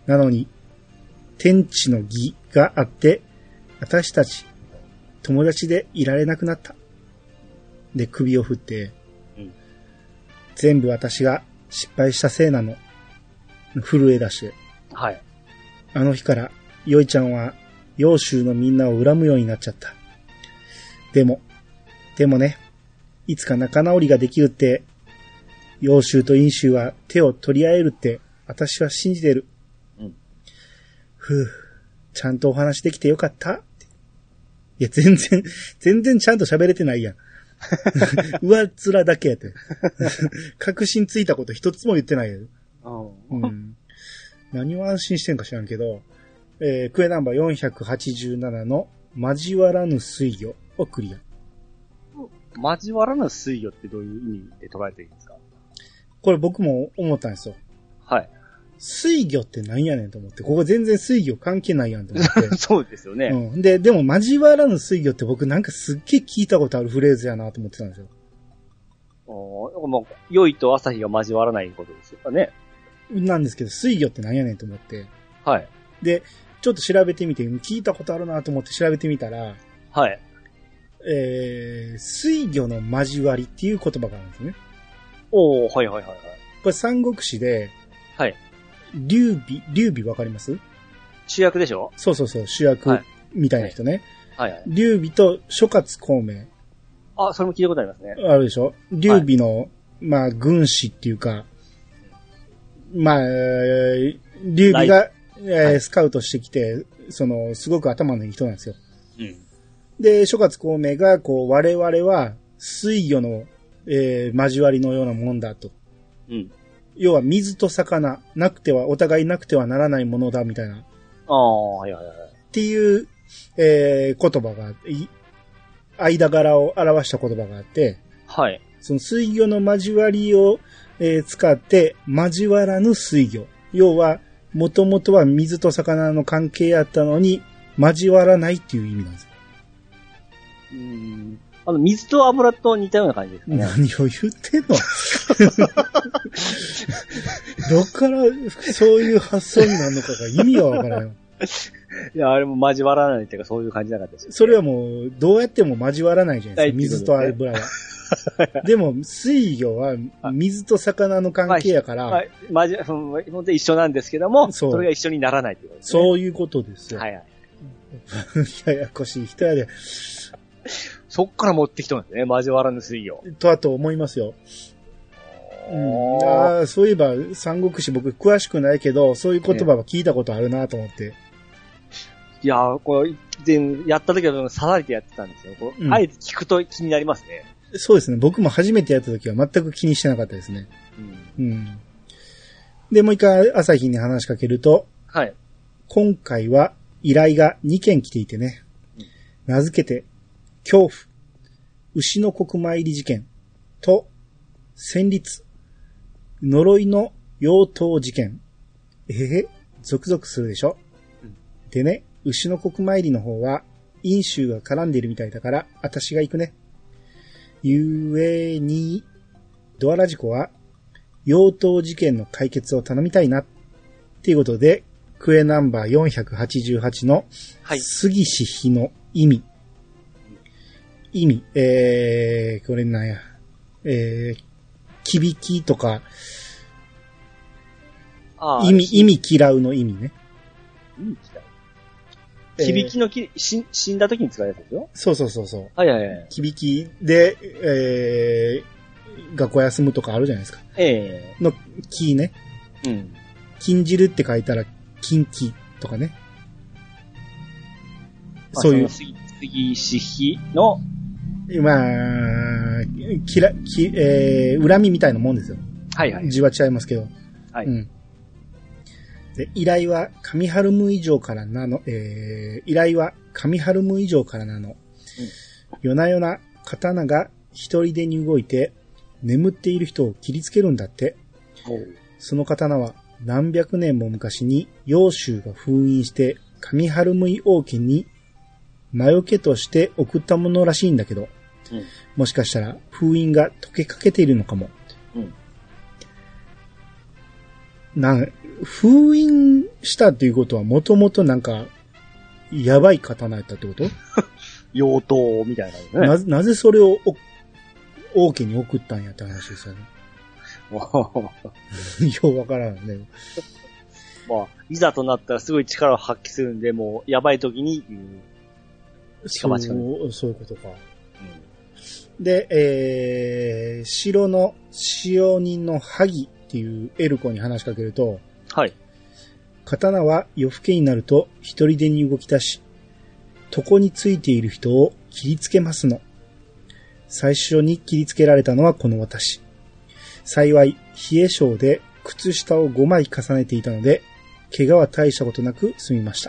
[SPEAKER 1] なのに、天地の義があって、私たち、友達でいられなくなった。で、首を振って、うん、全部私が失敗したせいなの。震え出して。
[SPEAKER 2] はい。
[SPEAKER 1] あの日から、よいちゃんは、揚州のみんなを恨むようになっちゃった。でも、でもね、いつか仲直りができるって、揚州と飲州は手を取り合えるって、私は信じてる。うん。ふぅ、ちゃんとお話できてよかった。いや、全然、全然ちゃんと喋れてないやん。上っ面だけやって。確信ついたこと一つも言ってないよ。うん、何を安心してんか知らんけど、えー、クエナンバーよんひゃくはちじゅうななの交わらぬ水魚をクリア。
[SPEAKER 2] 交わらぬ水魚ってどういう意味で捉えていいんですか？
[SPEAKER 1] これ僕も思ったんですよ。
[SPEAKER 2] はい。
[SPEAKER 1] 水魚って何やねんと思って、ここ全然水魚関係ないやんと思って。
[SPEAKER 2] そうですよね。
[SPEAKER 1] うん。で、でも交わらぬ水魚って僕なんかすっげえ聞いたことあるフレーズやなと思ってたんですよ。
[SPEAKER 2] ああ、まあ、良いと朝日が交わらないことですよね。
[SPEAKER 1] なんですけど、水魚って何やねんと思って。
[SPEAKER 2] はい。
[SPEAKER 1] で、ちょっと調べてみて、聞いたことあるなと思って調べてみたら、
[SPEAKER 2] はい。
[SPEAKER 1] えー、水魚の交わりっていう言葉があるんですね。
[SPEAKER 2] おー、はいはいはいはい。
[SPEAKER 1] これ三国志で、
[SPEAKER 2] はい。
[SPEAKER 1] 劉備、劉備わかります？
[SPEAKER 2] 主役でしょ？
[SPEAKER 1] そうそうそう、主役みたいな人ね。
[SPEAKER 2] はい、はい、はい。
[SPEAKER 1] 劉備と諸葛孔明。
[SPEAKER 2] あ、それも聞いたことありますね。
[SPEAKER 1] あるでしょ？劉備の、はい、まあ、軍師っていうか、まあ、劉備が、えーはい、スカウトしてきて、その、すごく頭のいい人なんですよ。うん。で、諸葛孔明が、こう、我々は水魚の、えー、交わりのようなもんだと。うん。要は水と魚、なくては、お互いなくてはならないものだ、みたいな。
[SPEAKER 2] ああ、はいはいはい。
[SPEAKER 1] っていう、えー、言葉が、間柄を表した言葉があって、
[SPEAKER 2] はい。
[SPEAKER 1] その水魚の交わりを、えー、使って、交わらぬ水魚。要は、もともとは水と魚の関係やったのに、交わらないっていう意味なんですよ。
[SPEAKER 2] うーん。あの、水と油と似たような感じですかね。
[SPEAKER 1] 何を言ってんのどっからそういう発想になるのかが意味がわからない。
[SPEAKER 2] いや、あれも交わらないっていうかそういう感じなかったです、ね。
[SPEAKER 1] それはもう、どうやっても交わらないじゃないですか。水と油は。でも、水魚は水と魚の関係やから。
[SPEAKER 2] まあ、まじ、本当に一緒なんですけども、そ, それが一緒にならないってことですね。
[SPEAKER 1] そういうことですよ。
[SPEAKER 2] はいはい。
[SPEAKER 1] ややこしい人やで。
[SPEAKER 2] そっから持ってきたんですね、交わらぬ水魚。
[SPEAKER 1] とあと思いますよ。うん、ああ、そういえば、三国志僕詳しくないけど、そういう言葉は聞いたことあるなと思って。
[SPEAKER 2] いやー、これ、やった時はさらりとやってたんですよ。こう、うん、あえて聞くと気になりますね。
[SPEAKER 1] そうですね。僕も初めてやった時は全く気にしてなかったですね。うん。うん、で、もう一回朝日に話しかけると、
[SPEAKER 2] はい。
[SPEAKER 1] 今回は依頼がにけん来ていてね、うん、名付けて、恐怖、牛の国参り事件と、戦慄、呪いの妖刀事件。えへ、ゾクゾクするでしょ、うん、でね、牛の国参りの方は、飲酒が絡んでいるみたいだから、私が行くね。ゆえに、ドアラジコは、妖刀事件の解決を頼みたいな。っていうことで、クエナンバーよんひゃくはちじゅうはちの、杉氏日の意味。意味、えー、これなんや、えー、響きとか、あ意味、意味嫌うの意味ね。
[SPEAKER 2] 意味嫌う。響きのき、し、死んだ時に使うやつですよ。
[SPEAKER 1] そうそうそうそう。
[SPEAKER 2] はいはいはい。
[SPEAKER 1] 響きで、えー、学校休むとかあるじゃないですか。
[SPEAKER 2] ええー。
[SPEAKER 1] の、木ね。
[SPEAKER 2] うん。
[SPEAKER 1] 禁じるって書いたら、禁忌とかね。そういう。
[SPEAKER 2] 杉、杉氏日の、
[SPEAKER 1] まあ、きら、き、えー、恨みみたいなもんですよ。
[SPEAKER 2] はいはい。
[SPEAKER 1] 字は違いますけど。
[SPEAKER 2] はい。
[SPEAKER 1] うん。で、依頼は上春夢以上からなの、えー、依頼は上春夢以上からなの。うん、夜な夜な刀が一人でに動いて、眠っている人を切りつけるんだって。その刀は何百年も昔に揚州が封印して上春夢王家に魔除けとして送ったものらしいんだけど、うん、もしかしたら封印が解けかけているのかも。うん、なん封印したっていうことはもともとなんか、やばい刀やったってこと
[SPEAKER 2] 妖刀みたいな感じね。
[SPEAKER 1] なぜ、なぜそれを王家に送ったんやって話ですよね。ようわからんね。
[SPEAKER 2] まあ、いざとなったらすごい力を発揮するんで、もう、やばい時に、うん、
[SPEAKER 1] そう、そういうことか。うん、で、えー、城の使用人の萩っていうエルコに話しかけると、
[SPEAKER 2] はい。
[SPEAKER 1] 刀は夜更けになると一人でに動き出し、床についている人を切りつけますの。最初に切りつけられたのはこの私。幸い、冷え性で靴下をごまい重ねていたので、怪我は大したことなく済みました。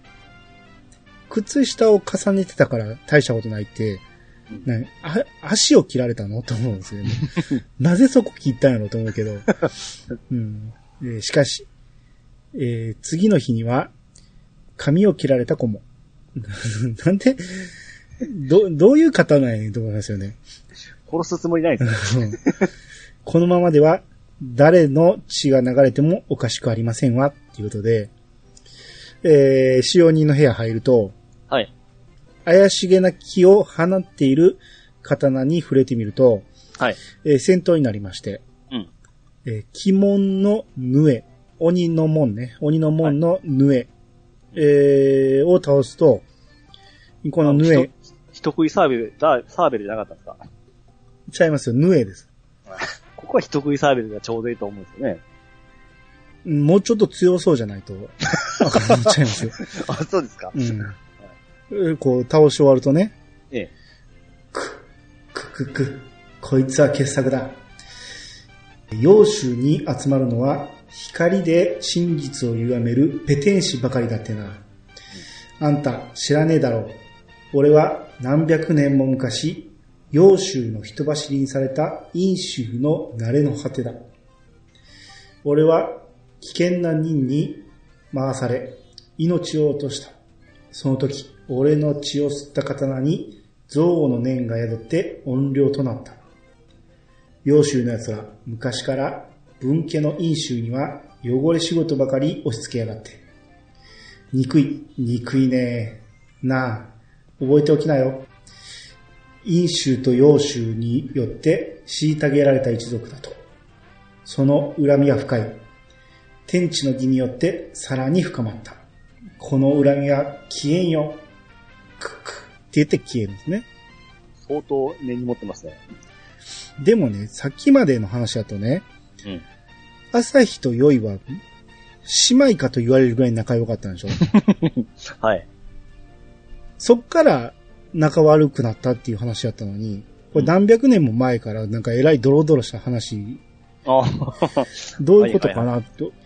[SPEAKER 1] 靴下を重ねてたから大したことないって、なあ足を切られたのと思うんですよね。なぜそこ切ったんやろと思うけど。うんえー、しかし、えー、次の日には髪を切られた子も。なんで、ど、どういう方なんやと思いますよね。
[SPEAKER 2] 殺すつもりないですね。
[SPEAKER 1] このままでは誰の血が流れてもおかしくありませんわ、っていうことで、えー、使用人の部屋入ると、
[SPEAKER 2] はい。
[SPEAKER 1] 怪しげな気を放っている刀に触れてみると、
[SPEAKER 2] はい。
[SPEAKER 1] えー、戦闘になりまして、
[SPEAKER 2] うん。
[SPEAKER 1] えー、鬼門のヌエ、鬼の門ね、鬼の門のヌエ、はい、えー、を倒すと、このヌエ、
[SPEAKER 2] 人食いサーベル、サーベルじゃなかったんですか？
[SPEAKER 1] ちゃいますよ、ヌエです。
[SPEAKER 2] ここは人食いサーベルがちょうどいいと思うんですよね。
[SPEAKER 1] もうちょっと強そうじゃないと、わかっちゃいますよ。
[SPEAKER 2] あ、そうですか。
[SPEAKER 1] うん。こう、倒し終わるとね。
[SPEAKER 2] ええ。
[SPEAKER 1] く、くくく、こいつは傑作だ。揚州に集まるのは、光で真実を歪めるペテン師ばかりだってな。あんた知らねえだろう。俺は何百年も昔、揚州の人走りにされた陰州の慣れの果てだ。俺は危険な任に回され、命を落とした。その時、俺の血を吸った刀に憎悪の念が宿って怨霊となった。揚州の奴ら、昔から分家の陰州には汚れ仕事ばかり押し付けやがって。憎い、憎いね。なあ、覚えておきなよ。陰州と揚州によって虐げられた一族だと。その恨みは深い。天地の義によってさらに深まった。この恨みは消えんよ。クックって言って消えるんですね。
[SPEAKER 2] 相当根に持ってますね。
[SPEAKER 1] でもね、さっきまでの話だとね、
[SPEAKER 2] うん、
[SPEAKER 1] 朝日と宵は姉妹かと言われるぐらい仲良かったんでしょ。
[SPEAKER 2] はい。
[SPEAKER 1] そっから仲悪くなったっていう話だったのに、これ何百年も前からなんかえらいドロドロした話、
[SPEAKER 2] あ
[SPEAKER 1] どういうことかなと。はいはいはい、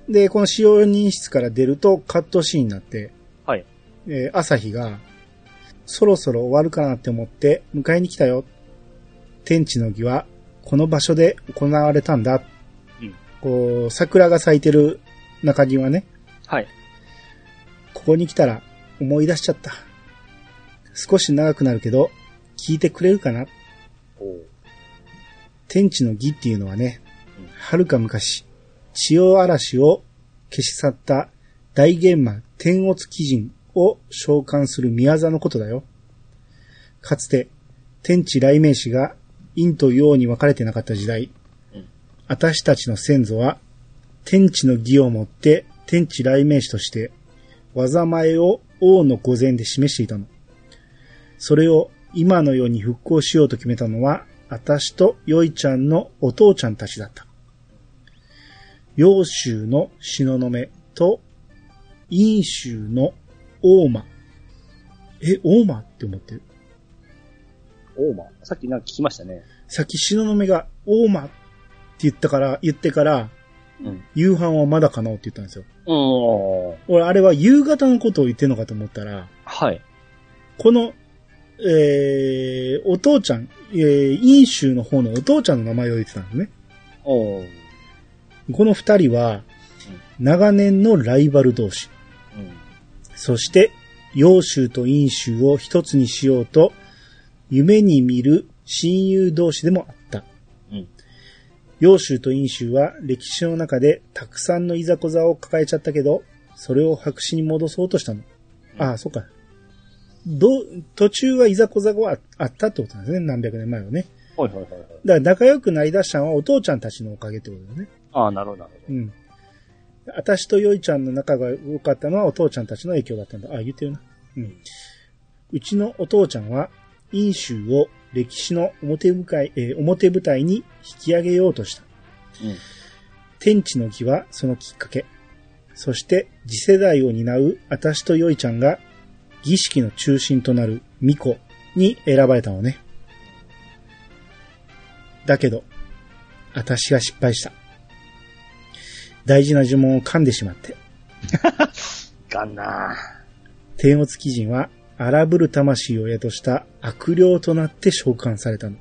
[SPEAKER 1] で、この使用人室から出るとカットシーンになって、
[SPEAKER 2] はい。
[SPEAKER 1] えー、朝日が、そろそろ終わるかなって思って迎えに来たよ。天地の儀はこの場所で行われたんだ。うん、こう、桜が咲いてる中庭ね。
[SPEAKER 2] はい。
[SPEAKER 1] ここに来たら思い出しちゃった。少し長くなるけど、聞いてくれるかな？
[SPEAKER 2] お
[SPEAKER 1] 天地の儀っていうのはね、はるか昔、千代嵐を消し去った大玄魔天乙鬼神を召喚する宮座のことだよ。かつて、天地雷鳴師が陰と陽に分かれてなかった時代、うん、私たちの先祖は、天地の儀をもって天地雷鳴師として、災前を王の御前で示していたの。それを今の世に復興しようと決めたのは、私とよいちゃんのお父ちゃんたちだった。揚州の東雲と陰州の大間。え、大間って思ってる？
[SPEAKER 2] 大間？さっきなんか聞きましたね。
[SPEAKER 1] さっき東雲が大間って言ったから、言ってから、うん、夕飯はまだかなって言ったんですよ。俺、あれは夕方のことを言ってんのかと思ったら、
[SPEAKER 2] はい。
[SPEAKER 1] この、えー、お父ちゃん、えー、陰州の方のお父ちゃんの名前を言ってたんですね。
[SPEAKER 2] おー。
[SPEAKER 1] この二人は、長年のライバル同士。
[SPEAKER 2] うん、
[SPEAKER 1] そして、揚州と陰州を一つにしようと、夢に見る親友同士でもあった。
[SPEAKER 2] うん、
[SPEAKER 1] 揚州と飲州は歴史の中でたくさんのいざこざを抱えちゃったけど、それを白紙に戻そうとしたの。うん、ああ、そうか。ど、途中はいざこざがあったってことなんですね。何百年前はね。
[SPEAKER 2] はいはいはいはい。だか
[SPEAKER 1] ら仲良くなりだしたのはお父ちゃんたちのおかげってことだよね。
[SPEAKER 2] ああ、なるほどなるほど。
[SPEAKER 1] うん。私とよいちゃんの仲が良かったのはお父ちゃんたちの影響だったんだ。ああ、言ってるな。うん。うちのお父ちゃんは、飲州を歴史の表舞台、えー、表舞台に引き上げようとした。うん。天地の儀はそのきっかけ。そして次世代を担う私とよいちゃんが儀式の中心となる巫女に選ばれたのね。だけど、私が失敗した。大事な呪文を噛んでしまって。
[SPEAKER 2] がんな。
[SPEAKER 1] 天乙鬼人は荒ぶる魂を宿した悪霊となって召喚されたの。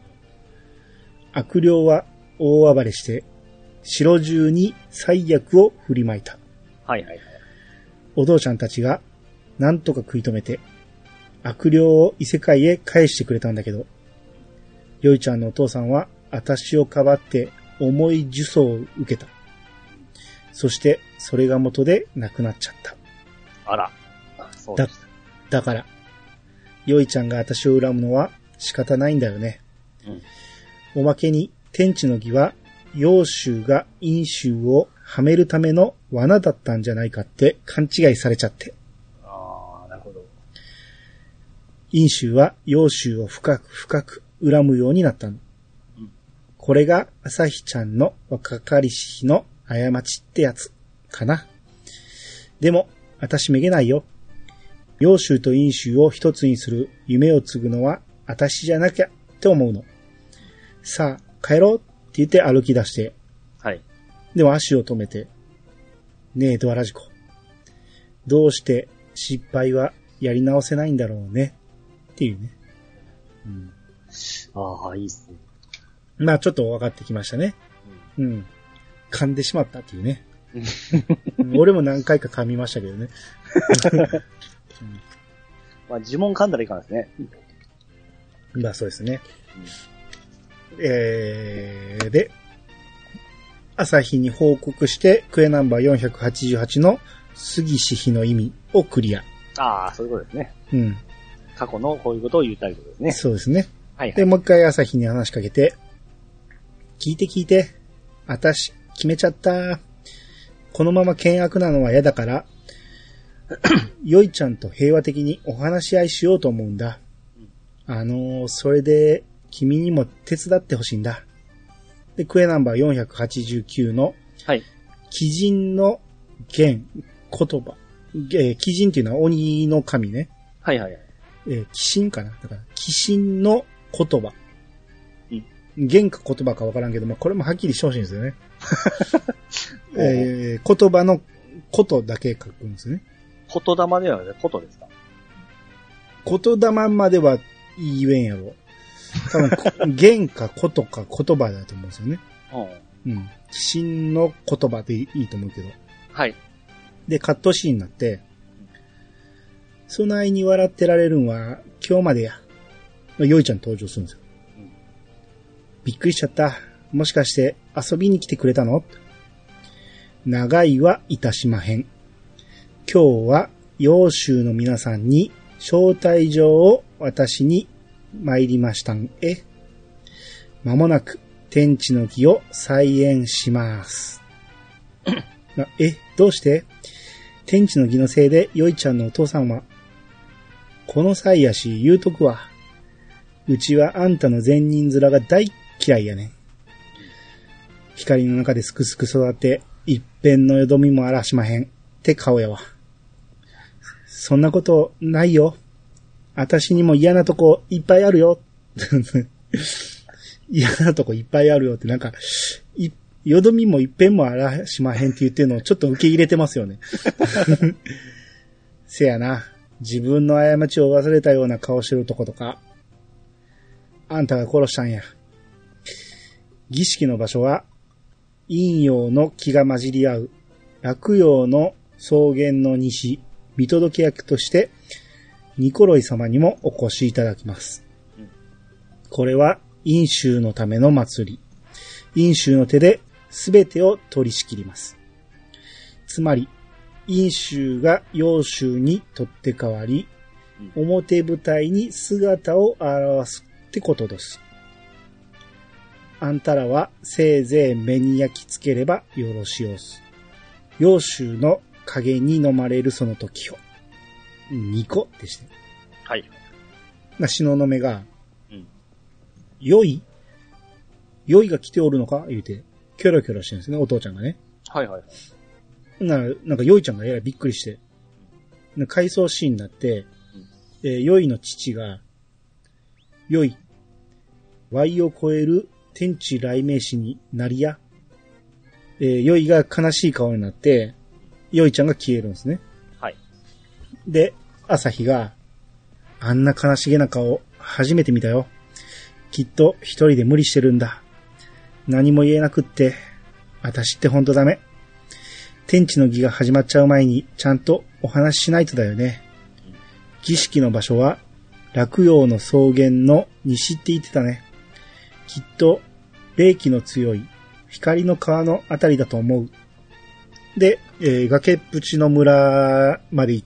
[SPEAKER 1] 悪霊は大暴れして、城中に災悪を振りまいた。
[SPEAKER 2] はいはいはい。
[SPEAKER 1] お父ちゃんたちがなんとか食い止めて、悪霊を異世界へ返してくれたんだけど、よいちゃんのお父さんは私をかばって重い呪詛を受けた。そしてそれが元で亡くなっちゃった。
[SPEAKER 2] あら。そうです。
[SPEAKER 1] だ、だから、よいちゃんが私を恨むのは仕方ないんだよね。うん、おまけに天地の儀は揚州が飲州をはめるための罠だったんじゃないかって勘違いされちゃって。
[SPEAKER 2] ああ、なるほど。
[SPEAKER 1] 飲州は揚州を深く深く恨むようになったの。うん、これが朝日ちゃんの若かりし日の過ちってやつかな。でも私めげないよ。揚州と飲州を一つにする夢を継ぐのは私じゃなきゃって思うの。さあ帰ろうって言って歩き出して。
[SPEAKER 2] はい。
[SPEAKER 1] でも足を止めて。ねえドアラジコ。どうして失敗はやり直せないんだろうね。っていうね。
[SPEAKER 2] うん。ああ、いいっすね。
[SPEAKER 1] まあちょっと分かってきましたね。うん。うん、噛んでしまったっていうね。俺も何回か噛みましたけどね。
[SPEAKER 2] うん、まあ呪文噛んだらいいからですね。
[SPEAKER 1] まあそうですね。うん、えー、で、朝日に報告して、クエナンバーよんひゃくはちじゅうはちの杉氏日の意味をクリア。
[SPEAKER 2] ああ、そういうことですね。
[SPEAKER 1] うん。
[SPEAKER 2] 過去のこういうことを言いたいことですね。
[SPEAKER 1] そうですね。
[SPEAKER 2] はい、はい。
[SPEAKER 1] で、もう一回朝日に話しかけて、聞いて聞いて、あたし決めちゃった。このまま険悪なのは嫌だから、よいちゃんと平和的にお話し合いしようと思うんだ。うん、あのー、それで君にも手伝ってほしいんだ。で、クエナンバーよんひゃくはちじゅうきゅうの、はい。鬼神の言、言葉。えー、鬼神っていうのは鬼の神ね。
[SPEAKER 2] はいはいはい。
[SPEAKER 1] えー、鬼神かなだから、鬼神の言葉。うん。言か言葉かわからんけど、まあ、これもはっきりしてほしいんですよね。えー、言葉のことだけ書くんですね。
[SPEAKER 2] 言霊ではなくてことですか？
[SPEAKER 1] 言霊までは言えんやろ。多分、言かことか言葉だと思うんですよね。うん。鬼神の言葉でいいと思うけど。
[SPEAKER 2] はい。
[SPEAKER 1] で、カットシーンになって、そないに笑ってられるんは今日までや。よいちゃん登場するんですよ。うん、びっくりしちゃった。もしかして遊びに来てくれたの？長いはいたしまへん。今日は揚州の皆さんに招待状を私に参りましたんえ。まもなく天地の儀を再演します。え、どうして？天地の儀のせいでよいちゃんのお父さんは、この際やし言うとくわ。うちはあんたの善人面が大嫌いやねん。光の中ですくすく育って一遍のよどみもあらしまへんって顔やわ。そんなことないよ。あたしにも嫌なとこいっぱいあるよ。嫌なとこいっぱいあるよってなんか、いよどみもいっぺんもあらしまへんって言ってるのをちょっと受け入れてますよね。せやな。自分の過ちを忘れたような顔してるとことか。あんたが殺したんや。儀式の場所は、陰陽の気が混じり合う、落陽の草原の西、見届け役として、ニコロイ様にもお越しいただきます。これは、飲酒のための祭り。 陰州の手で全てを取り仕切ります。つまり、陰州が陽州に取って代わり、うん、表舞台に姿を現すってことです。あんたらはせいぜい目に焼き付ければよろしおす。陽州の影に飲まれるその時を。にこでした。
[SPEAKER 2] はい。
[SPEAKER 1] な、しののめが、うん。よいよいが来ておるのか言うて、キョロキョロしてるんですね、お父ちゃんがね。
[SPEAKER 2] はいはい。
[SPEAKER 1] な、なんかよいちゃんがえらいびっくりして、うん、回想シーンになって、うん、えー、よいの父が、よい、わいを超える天地雷鳴師になりや。えー、よいが悲しい顔になって、よいちゃんが消えるんですね。
[SPEAKER 2] はい。
[SPEAKER 1] で、朝日が、あんな悲しげな顔、初めて見たよ。きっと一人で無理してるんだ。何も言えなくって、私ってほんとダメ。天地の儀が始まっちゃう前に、ちゃんとお話ししないとだよね。儀式の場所は、洛陽の草原の西って言ってたね。きっと、霊気の強い光の川のあたりだと思う。で、えー、崖っぷちの村まで行って、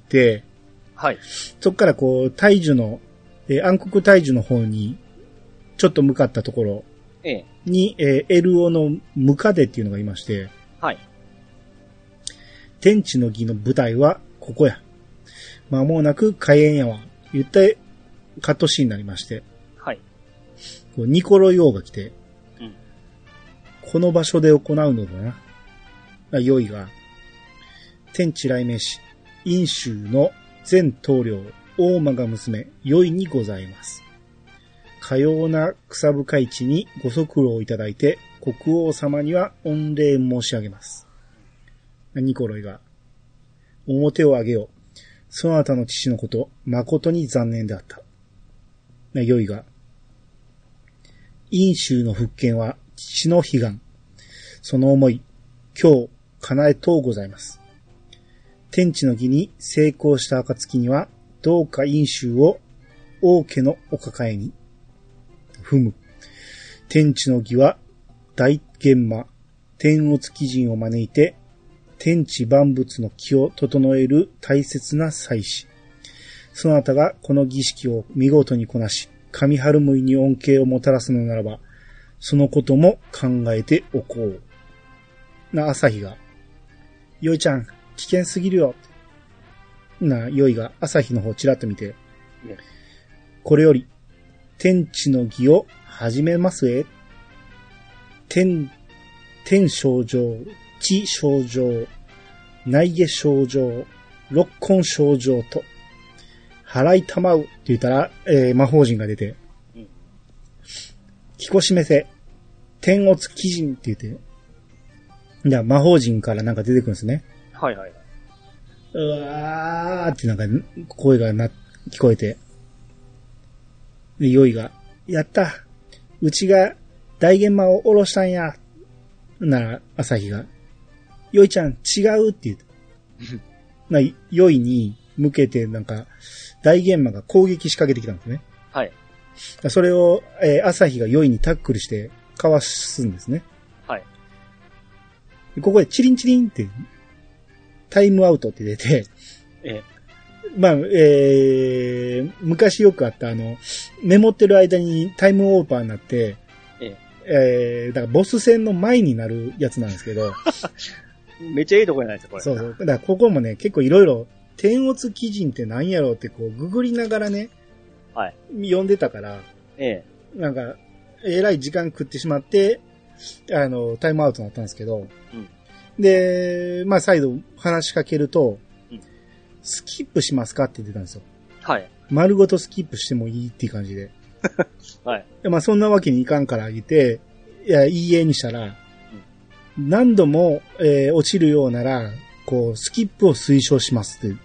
[SPEAKER 2] はい。
[SPEAKER 1] そっからこう、大樹の、えー、暗黒大樹の方に、ちょっと向かったところに、えええー、エルオのムカデっていうのがいまして、
[SPEAKER 2] はい。
[SPEAKER 1] 天地の儀の舞台はここや。間もなく開演やわ。言って、カットシーンになりまして、
[SPEAKER 2] はい。
[SPEAKER 1] こうニコロヨウが来て、
[SPEAKER 2] うん、
[SPEAKER 1] この場所で行うのだな。ヨイが、天地雷鳴師、陰州の前棟梁、大間が娘、ヨイにございます。かような草深い地にご足労いただいて、国王様には御礼申し上げます。ニコロイが、表を上げよう。そなたの父のこと、誠に残念であった。ヨイが、陰州の復権は父の悲願。その思い、今日、叶えとうございます。天地の儀に成功した暁には、どうか陰州を王家のお抱えに。ふむ。天地の儀は、大玄魔、天乙鬼神を招いて、天地万物の気を整える大切な祭祀。そなたがこの儀式を見事にこなし、神春むいに恩恵をもたらすのならば、そのことも考えておこう。な、朝日が、よいちゃん、危険すぎるよ。な、よいが朝日の方ちらっと見て、ね、これより、天地の儀を始めますえ。天、天症状、地症状、内下症状、六根症状と、払いたまうって言ったら、えー、魔法陣が出て、うん、きこしめせ、天乙鬼神って言って、じゃあ魔法陣からなんか出てくるんですね。
[SPEAKER 2] はいはい。
[SPEAKER 1] うわーってなんか声がな、聞こえて、で、ヨイが、やった、うちが大玄魔を下ろしたんや。なら、朝日が、ヨイちゃん違うって言う。な、ヨイに向けてなんか、大玄魔が攻撃仕掛けてきたんですね。
[SPEAKER 2] はい。
[SPEAKER 1] それを、えー、朝日がヨイにタックルしてかわすんですね。
[SPEAKER 2] はい。
[SPEAKER 1] ここでチリンチリンって、タイムアウトって出て、
[SPEAKER 2] ええ。
[SPEAKER 1] まあ、えー、昔よくあったあの、メモってる間にタイムオーバーになって、
[SPEAKER 2] え
[SPEAKER 1] ええー、だからボス戦の前になるやつなんですけど。
[SPEAKER 2] めっちゃいいとこじゃないですか、これ。
[SPEAKER 1] そうそう。だからここもね、結構いろいろ、天乙鬼神って何やろうってこう、ググりながらね、
[SPEAKER 2] はい。
[SPEAKER 1] 読んでたから、
[SPEAKER 2] ええ。
[SPEAKER 1] なんか、えらい時間食ってしまって、あの、タイムアウトになったんですけど、うん、で、まあ再度話しかけると、スキップしますかって言ってたんですよ。
[SPEAKER 2] はい。
[SPEAKER 1] 丸ごとスキップしてもいいっていう感じで。
[SPEAKER 2] はい。
[SPEAKER 1] まあそんなわけにいかんから言って、いや、いいえにしたら、うん、何度も、えー、落ちるようなら、こう、スキップを推奨しますって。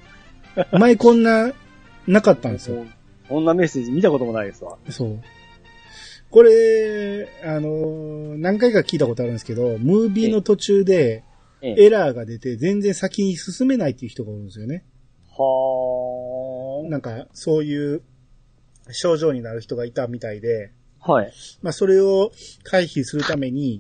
[SPEAKER 1] 前こんな、なかったんですよ。
[SPEAKER 2] こんなメッセージ見たこともないですわ。
[SPEAKER 1] そう。これ、あのー、何回か聞いたことあるんですけど、ムービーの途中で、エラーが出て全然先に進めないっていう人がおるんですよね。
[SPEAKER 2] はー。
[SPEAKER 1] なんか、そういう症状になる人がいたみたいで。
[SPEAKER 2] はい。
[SPEAKER 1] まあ、それを回避するために、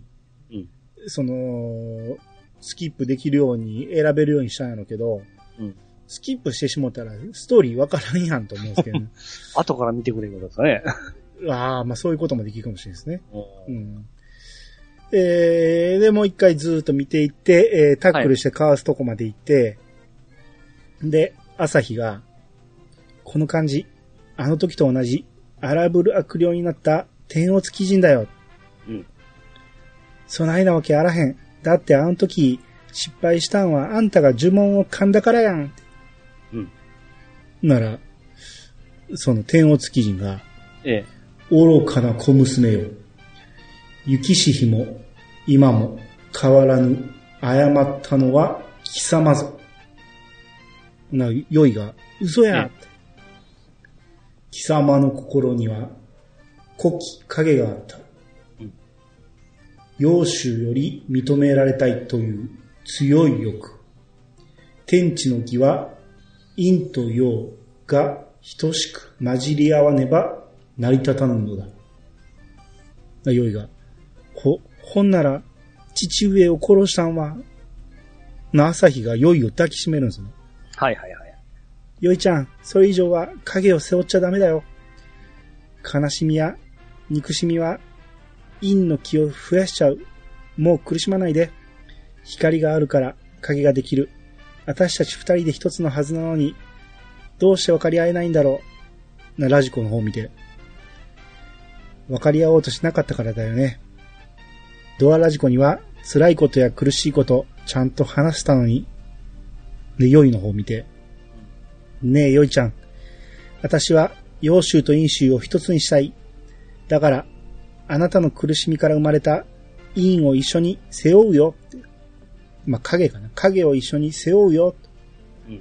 [SPEAKER 2] うん、
[SPEAKER 1] その、スキップできるように選べるようにしたんやろうけど、うん、スキップしてしもたらストーリーわからんやんと思うんですけど、ね、
[SPEAKER 2] 後から見てくれることですかね。
[SPEAKER 1] ああ、まあそういうこともできるかもしれないですね。うん、えー、で、もう一回ずーっと見ていって、えー、タックルしてかわすとこまで行って、はい、で、朝日が、この感じ、あの時と同じ、荒ぶる悪霊になった天乙鬼人だよ。うん。そないなわけあらへん。だってあの時、失敗したんはあんたが呪文を噛んだからやん。うん。なら、その天乙鬼人が、ええ。愚かな小娘よ。雪しひも、今も変わらぬ、謝ったのは貴様ぞ。な、よいが、嘘や、ええ、貴様の心には、古き影があった。うん、陽衆より認められたいという強い欲。天地の義は、陰と陽が等しく混じり合わねば成り立たぬのだ。よいが、ほ、ほんなら、父上を殺したんは、な朝日がよいを抱きしめるんですね。
[SPEAKER 2] はいはいはい。
[SPEAKER 1] よいちゃん、それ以上は影を背負っちゃダメだよ。悲しみや憎しみは陰の気を増やしちゃう。もう苦しまないで。光があるから影ができる。私たち二人で一つのはずなのに、どうして分かり合えないんだろう。な、ラジコの方を見て。分かり合おうとしなかったからだよね。ドアラジコには辛いことや苦しいことちゃんと話したのに。で、ヨイの方を見て。ねえ、ヨイちゃん。私は、陽衆と陰衆を一つにしたい。だから、あなたの苦しみから生まれた陰を一緒に背負うよ。まあ、影かな。影を一緒に背負うよ。うん。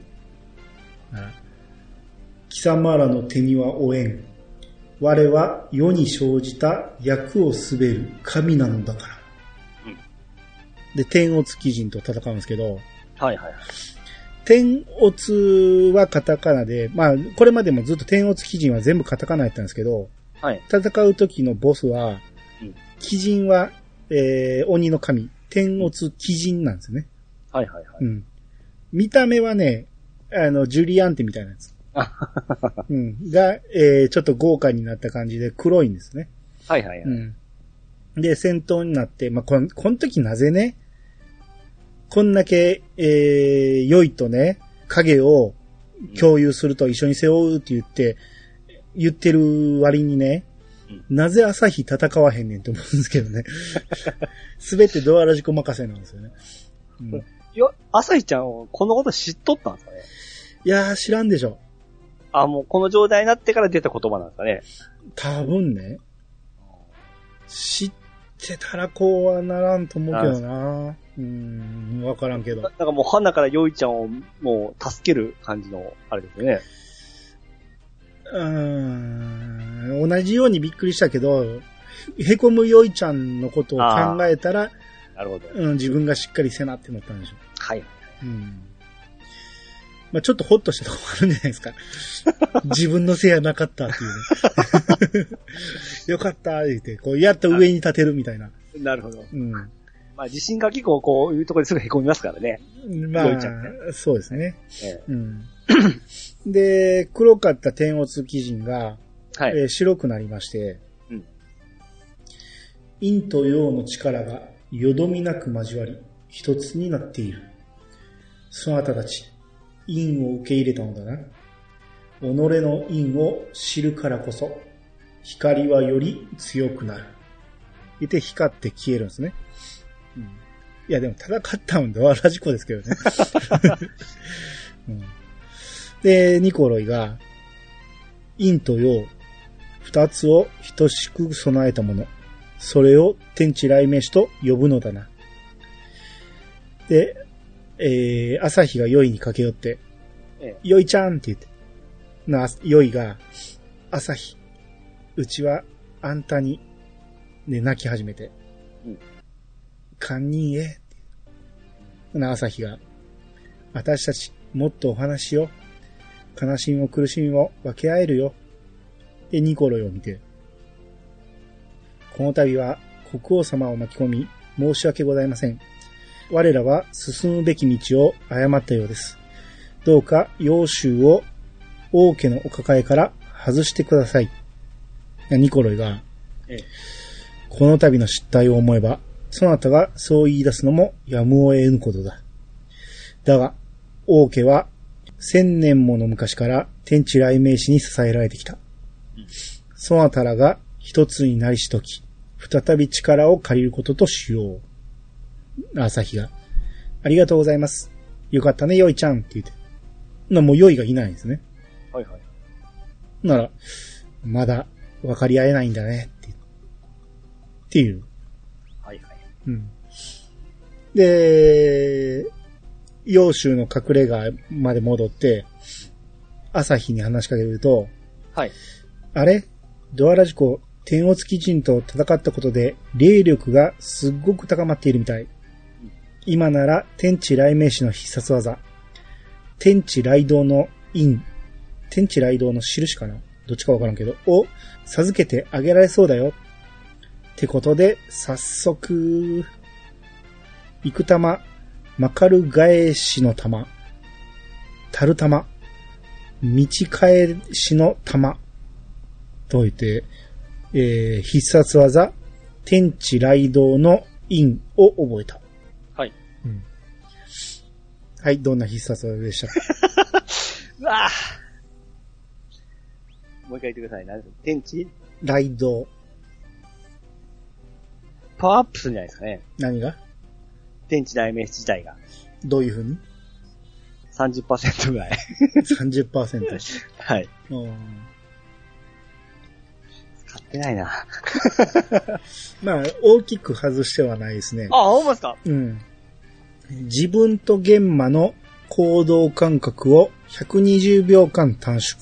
[SPEAKER 1] 貴様らの手には負えん。我は世に生じた役を滑る神なのだから。うん。で、天乙鬼人と戦うんですけど。はい
[SPEAKER 2] はいはい。
[SPEAKER 1] 天乙はカタカナで、まあ、これまでもずっと天乙鬼人は全部カタカナやったんですけど、はい、戦う時のボスは、うん、鬼人は、えー、鬼の神、天乙鬼人なんですよね。はいはいはい。うん。見た目はね、あの、ジュリアンテみたいなやつ。うん。が、えー、ちょっと豪華になった感じで黒いんですね。はいはいはい。うん。で、戦闘になって、まあ、この、この時なぜね、こんだけ、えー、良いとね、影を共有すると一緒に背負うって言って、言ってる割にね、うん、なぜ朝日戦わへんねんって思うんですけどね。すべてドアラジコ任せなんですよね。
[SPEAKER 2] うん、よ、朝日ちゃんをこのこと知っとったんですかね。
[SPEAKER 1] いやー知らんでしょ。
[SPEAKER 2] あ、もうこの状態になってから出た言葉なんですかね。
[SPEAKER 1] 多分ね。知ってたらこうはならんと思うけどな。うーん、わからんけど。
[SPEAKER 2] だからもう花からヨイちゃんをもう助ける感じのあれですよね。
[SPEAKER 1] うーん、同じようにびっくりしたけど、へこむヨイちゃんのことを考えたら、
[SPEAKER 2] なるほど、
[SPEAKER 1] うん、自分がしっかりせなって思ったんでしょう。
[SPEAKER 2] はい。
[SPEAKER 1] うん。まあちょっとホッとしたところあるんじゃないですか。自分のせいやなかったっていうね。よかったって言って、こうやっと上に立てるみたいな。
[SPEAKER 2] なるほど。うん。まあ地震が結構こういうところですぐ凹みますからね。
[SPEAKER 1] まあ、そうですね。ええ、うん。で、黒かった天乙鬼人が、はい、えー、白くなりまして、うん、陰と陽の力がよどみなく交わり、一つになっている。そなたたち、陰を受け入れたのだな。己の陰を知るからこそ、光はより強くなる。言って光って消えるんですね。うん、いやでも戦ったのはラジコですけどね。うん、で、ニコロイが、陰と陽、二つを等しく備えたもの。それを天地雷鳴と呼ぶのだな。で、えー、朝日がヨイに駆け寄って、ええ、ヨイちゃんって言って、な、ヨイが、朝日、うちはあんたに、ね、泣き始めて、うん、堪忍へ、な、朝日が、私たち、もっとお話しよ。悲しみも苦しみも分け合えるよ。で、ニコロイを見て、この度は国王様を巻き込み、 申し訳ございません。我らは進むべき道を誤ったようです。どうか幼衆を王家のお抱えから外してください。ニコロイが、ええ、この度の失態を思えば、そなたがそう言い出すのもやむを得ぬことだ。だが、王家は千年もの昔から天地雷鳴師に支えられてきた。うん、そなたらが一つになりしとき、再び力を借りることとしよう。朝日が、ありがとうございます。よかったね、よいちゃんって言って。な、もうよいがいないんですね。
[SPEAKER 2] はいはい。
[SPEAKER 1] なら、まだ分かり合えないんだねって。っていう。
[SPEAKER 2] はいはい。
[SPEAKER 1] うん。で、幼衆の隠れ家まで戻って、朝日に話しかけると、
[SPEAKER 2] はい。
[SPEAKER 1] あれドアラジコ、天乙鬼人と戦ったことで、霊力がすっごく高まっているみたい。今なら天地雷鳴師の必殺技、天地雷道の印、天地雷道の印かなどっちかわからんけど、を授けてあげられそうだよ。ってことで、早速、幾玉、まかる返しの玉、たる玉、道返しの玉、と言って、えー、必殺技、天地雷道の印を覚えた。
[SPEAKER 2] はい。
[SPEAKER 1] うん、はい、どんな必殺技でしたか？
[SPEAKER 2] うわぁ。もう一回言ってください。何ですか？天地
[SPEAKER 1] 雷道。
[SPEAKER 2] パワーアップするんじゃないですかね。
[SPEAKER 1] 何が？
[SPEAKER 2] 天地雷鳴自体が。
[SPEAKER 1] どういう風に？
[SPEAKER 2] さんじゅっパーセント ぐらい。
[SPEAKER 1] さんじゅっパーセント。
[SPEAKER 2] はい。
[SPEAKER 1] うん
[SPEAKER 2] 使ってないな。
[SPEAKER 1] まあ、大きく外してはないですね。
[SPEAKER 2] あ、ほんまですか？
[SPEAKER 1] うん。自分と玄馬の行動間隔をひゃくにじゅうびょうかん短縮。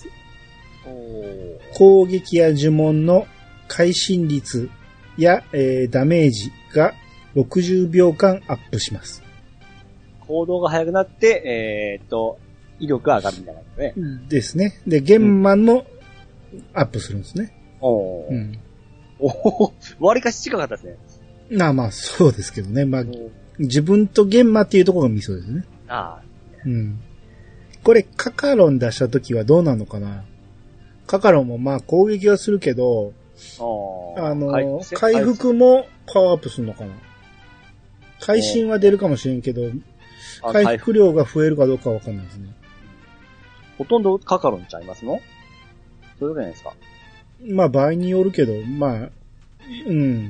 [SPEAKER 1] 攻撃や呪文の会心率や、えー、ダメージがろくじゅうびょうかんアップします。
[SPEAKER 2] 行動が速くなって、えー、っと、威力が上がるみたいなね。
[SPEAKER 1] ですね。で、玄馬もアップするんですね。
[SPEAKER 2] おー。
[SPEAKER 1] うん。
[SPEAKER 2] おー、割かし近かったですね。
[SPEAKER 1] まあまあ、そうですけどね。まあ、自分と玄馬っていうところがミソですね。
[SPEAKER 2] ああ。
[SPEAKER 1] うん。これ、カカロン出したときはどうなのかな？カカロンもまあ攻撃はするけど、あの、回復もパワーアップするのかな？会心は出るかもしれんけど、回復量が増えるかどうかわかんないですね。
[SPEAKER 2] ほとんどカカロンちゃいますの？そういうことじゃないですか。
[SPEAKER 1] まあ場合によるけど、まあ、うん。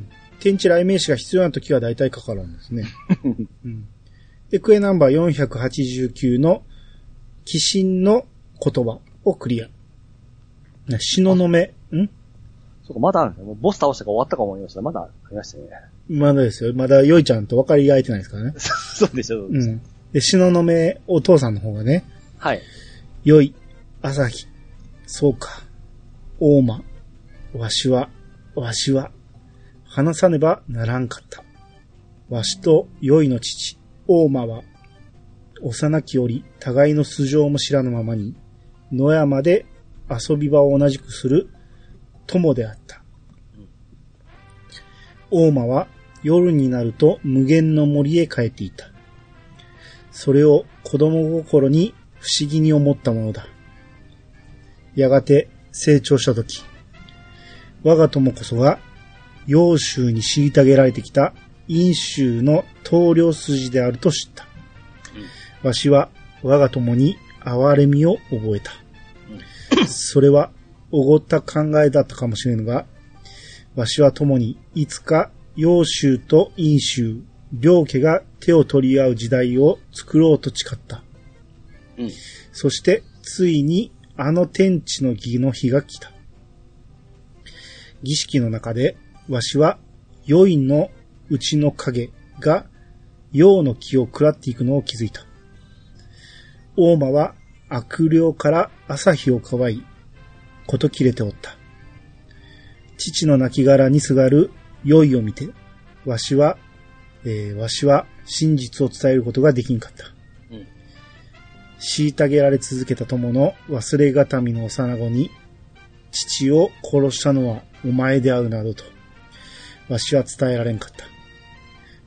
[SPEAKER 1] 天地雷鳴師が必要な時は大体カカロンですね。うん、で、クエナンバーよんひゃくはちじゅうきゅうの鬼神の言葉をクリア。しののめ、ん
[SPEAKER 2] そうか、まだあるんですね。もうボス倒したから終わったか思いました。まだありましたね。
[SPEAKER 1] まだですよ。まだヨイちゃんと分かり合えてないですからね。
[SPEAKER 2] そうでしょ、そうでしょ。うん。
[SPEAKER 1] で、しののめお父さんの方がね。
[SPEAKER 2] はい。
[SPEAKER 1] ヨイ、朝日、そうか、大間、わしは、わしは、話さねばならんかった。わしとヨイの父、大間は、幼き折、互いの素性も知らぬままに、野山で遊び場を同じくする友であった。大間は夜になると無限の森へ帰っていた。それを子供心に不思議に思ったものだ。やがて成長したとき、我が友こそが幼衆に虐げられてきた陰衆の棟梁筋であると知った。わしは我が友に哀れみを覚えた。それはおごった考えだったかもしれぬが、わしは友にいつか幼衆と陰衆両家が手を取り合う時代を作ろうと誓った。うん、そしてついにあの天地の儀の日が来た。儀式の中でわしは良いのうちの影が陽の気を食らっていくのを気づいた。大間は悪霊から朝日をかわい、こと切れておった。父の亡骸にすがる良いを見て、わしは、えー、わしは真実を伝えることができんかった。うん、虐げられ続けた友の忘れがたみの幼子に、父を殺したのはお前であるなどと、わしは伝えられんかった。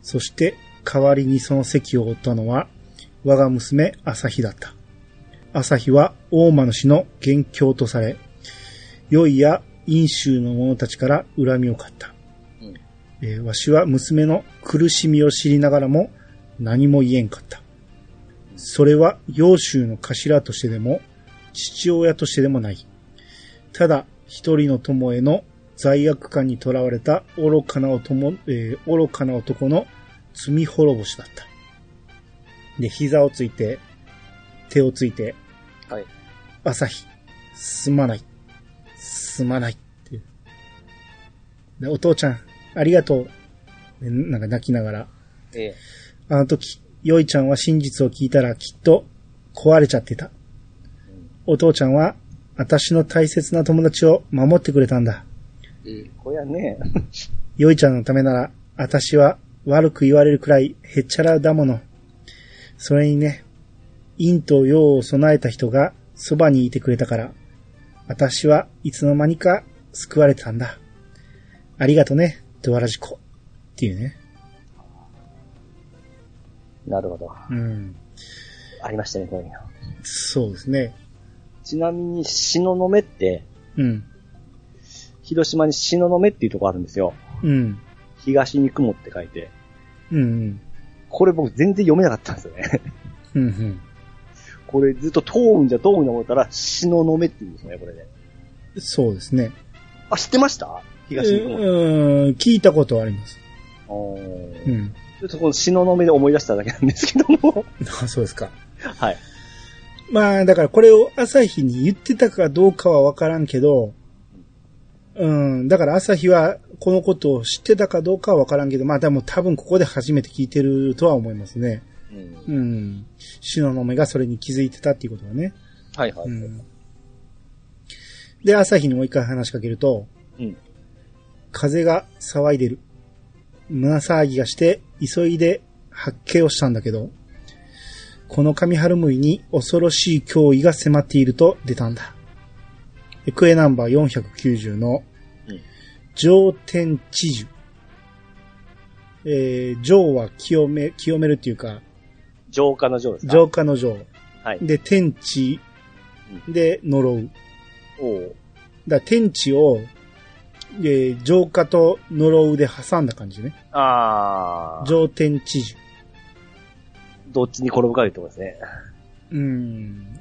[SPEAKER 1] そして代わりにその席を負ったのは我が娘朝日だった。朝日は大間主の元凶とされ、酔いや飲酒の者たちから恨みを買った。うん、えー、わしは娘の苦しみを知りながらも何も言えんかった。それは養州の頭としてでも父親としてでもない。ただ一人の友への罪悪感にとらわれた愚かな男、えー、愚かな男の罪滅ぼしだった。で、膝をついて、手をついて、はい。朝日、すまない。すまないっていう。で、お父ちゃん、ありがとう。なんか泣きながら。ええ。あの時、よいちゃんは真実を聞いたらきっと壊れちゃってた。うん、お父ちゃんは、私の大切な友達を守ってくれたんだ。いい子やね。よいちゃんのためなら、私は悪く言われるくらいへっちゃらだもの。それにね、陰と陽を備えた人がそばにいてくれたから、私はいつの間にか救われたんだ。ありがとね、ドワラジコ。っていうね。
[SPEAKER 2] なるほど。うん。ありましたね、こういうの。
[SPEAKER 1] そうですね。
[SPEAKER 2] ちなみに、東雲って、うん。広島に東雲っていうとこあるんですよ。うん。東に雲って書いて。うんうん。これ僕全然読めなかったんですよね。うんうん。これずっと東雲じゃ東雲に思ったら、東雲って言うんですね、これね。
[SPEAKER 1] そうですね。
[SPEAKER 2] あ、知ってました東に雲。
[SPEAKER 1] うん、聞いたことはあります。あ
[SPEAKER 2] うん。ちょっとこの東雲で思い出しただけなんですけども。
[SPEAKER 1] あ、そうですか。
[SPEAKER 2] はい。
[SPEAKER 1] まあ、だからこれを朝日に言ってたかどうかはわからんけど、うん、だから朝日はこのことを知ってたかどうかはわからんけど、まあでも多分ここで初めて聞いてるとは思いますね。うん。うん。東雲がそれに気づいてたっていうことはね。はいはい。うん、で、朝日にもう一回話しかけると、うん、風が騒いでる。胸騒ぎがして急いで発見をしたんだけど、この上春向に恐ろしい脅威が迫っていると出たんだ。クエナンバーよんひゃくきゅうじゅうの上天地樹。えー、上は清め、清めるっていうか、
[SPEAKER 2] 浄化の浄ですか？
[SPEAKER 1] 浄化の浄。はい。で、天地で呪う。おう。だ天地を、えー、浄化と呪うで挟んだ感じね。ああ。上天地樹。
[SPEAKER 2] どっちに転ぶかいうとこですね。
[SPEAKER 1] うん。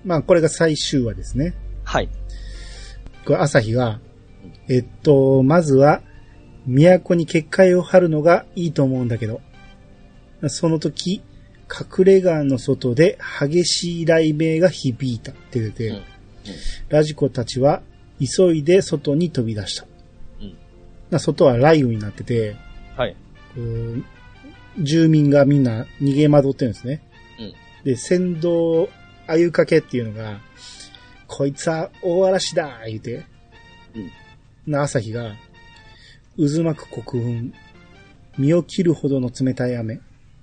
[SPEAKER 1] まあ、これが最終話ですね。はい。これ、朝日が、えっと、まずは、都に結界を張るのがいいと思うんだけど、その時、隠れ家の外で激しい雷鳴が響いたって出て、うんうん、ラジコたちは急いで外に飛び出した。うん、外は雷雨になってて、はい、住民がみんな逃げ惑ってるんですね。うん、で、先導あゆかけっていうのが、こいつは大嵐だ言うて、うん、な朝日が、渦巻く国雲、身を切るほどの冷たい雨、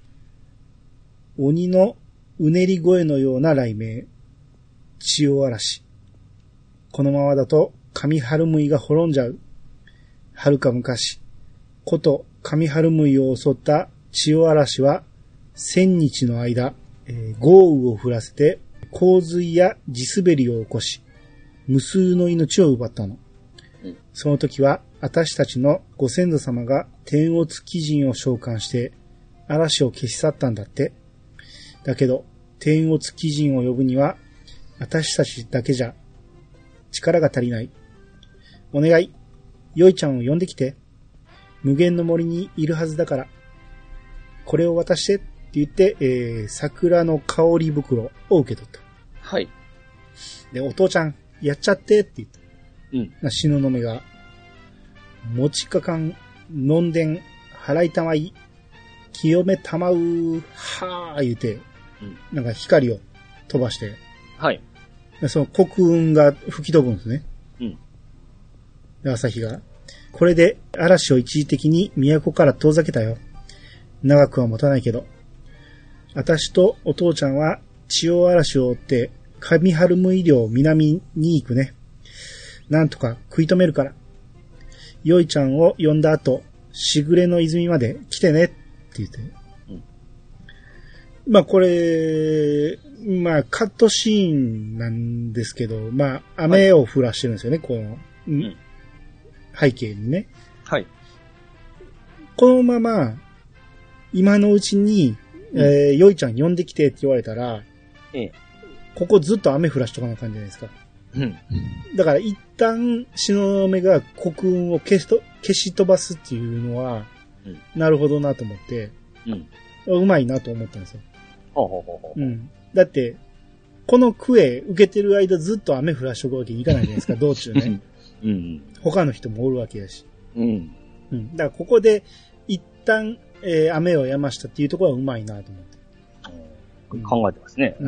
[SPEAKER 1] 鬼のうねり声のような雷鳴、血を嵐。このままだと上春向が滅んじゃう。遥か昔、こと上春向を襲った血を嵐は、千日の間、えー、豪雨を降らせて、洪水や地滑りを起こし、無数の命を奪ったの。その時は、私たちのご先祖様が天乙鬼神を召喚して、嵐を消し去ったんだって。だけど、天乙鬼神を呼ぶには、私たちだけじゃ、力が足りない。お願い、よいちゃんを呼んできて。無限の森にいるはずだから。これを渡してって言って、えー、桜の香り袋を受け取った。はい。で、お父ちゃん、やっちゃってって言った。うん。な、東雲が、持ちかかん、のんでん、払いたまい、清めたまう、はー言うて、うん、なんか光を飛ばして、はい。その黒雲が吹き飛ぶんですね。うん。で、朝日が、これで嵐を一時的に都から遠ざけたよ。長くは持たないけど。私とお父ちゃんは千代嵐を追って、上春向領南に行くね。なんとか食い止めるから。よいちゃんを呼んだ後、しぐれの泉まで来てね。 言って。うん、まあこれ、まあカットシーンなんですけど、まあ雨を降らしてるんですよね、はい、この、うん、背景にね。
[SPEAKER 2] はい。
[SPEAKER 1] このまま、今のうちに、うん、えー、よいちゃん呼んできてって言われたら、ええ、ここずっと雨降らしとかな感じじゃないですか。うん。だから一旦、東雲が黒雲を消しと、消し飛ばすっていうのは、うん、なるほどなと思って、うん。うまいなと思ったんですよ。
[SPEAKER 2] ほうほうほうほう。
[SPEAKER 1] うん。だって、このクエ受けてる間ずっと雨降らしとくわけにいかないじゃないですか、道中ね。うん。他の人もおるわけやし。うん。うん。だからここで、一旦、えー、雨を止ましたっていうところはうまいなと思って。
[SPEAKER 2] うん、考えてますね。
[SPEAKER 1] うん。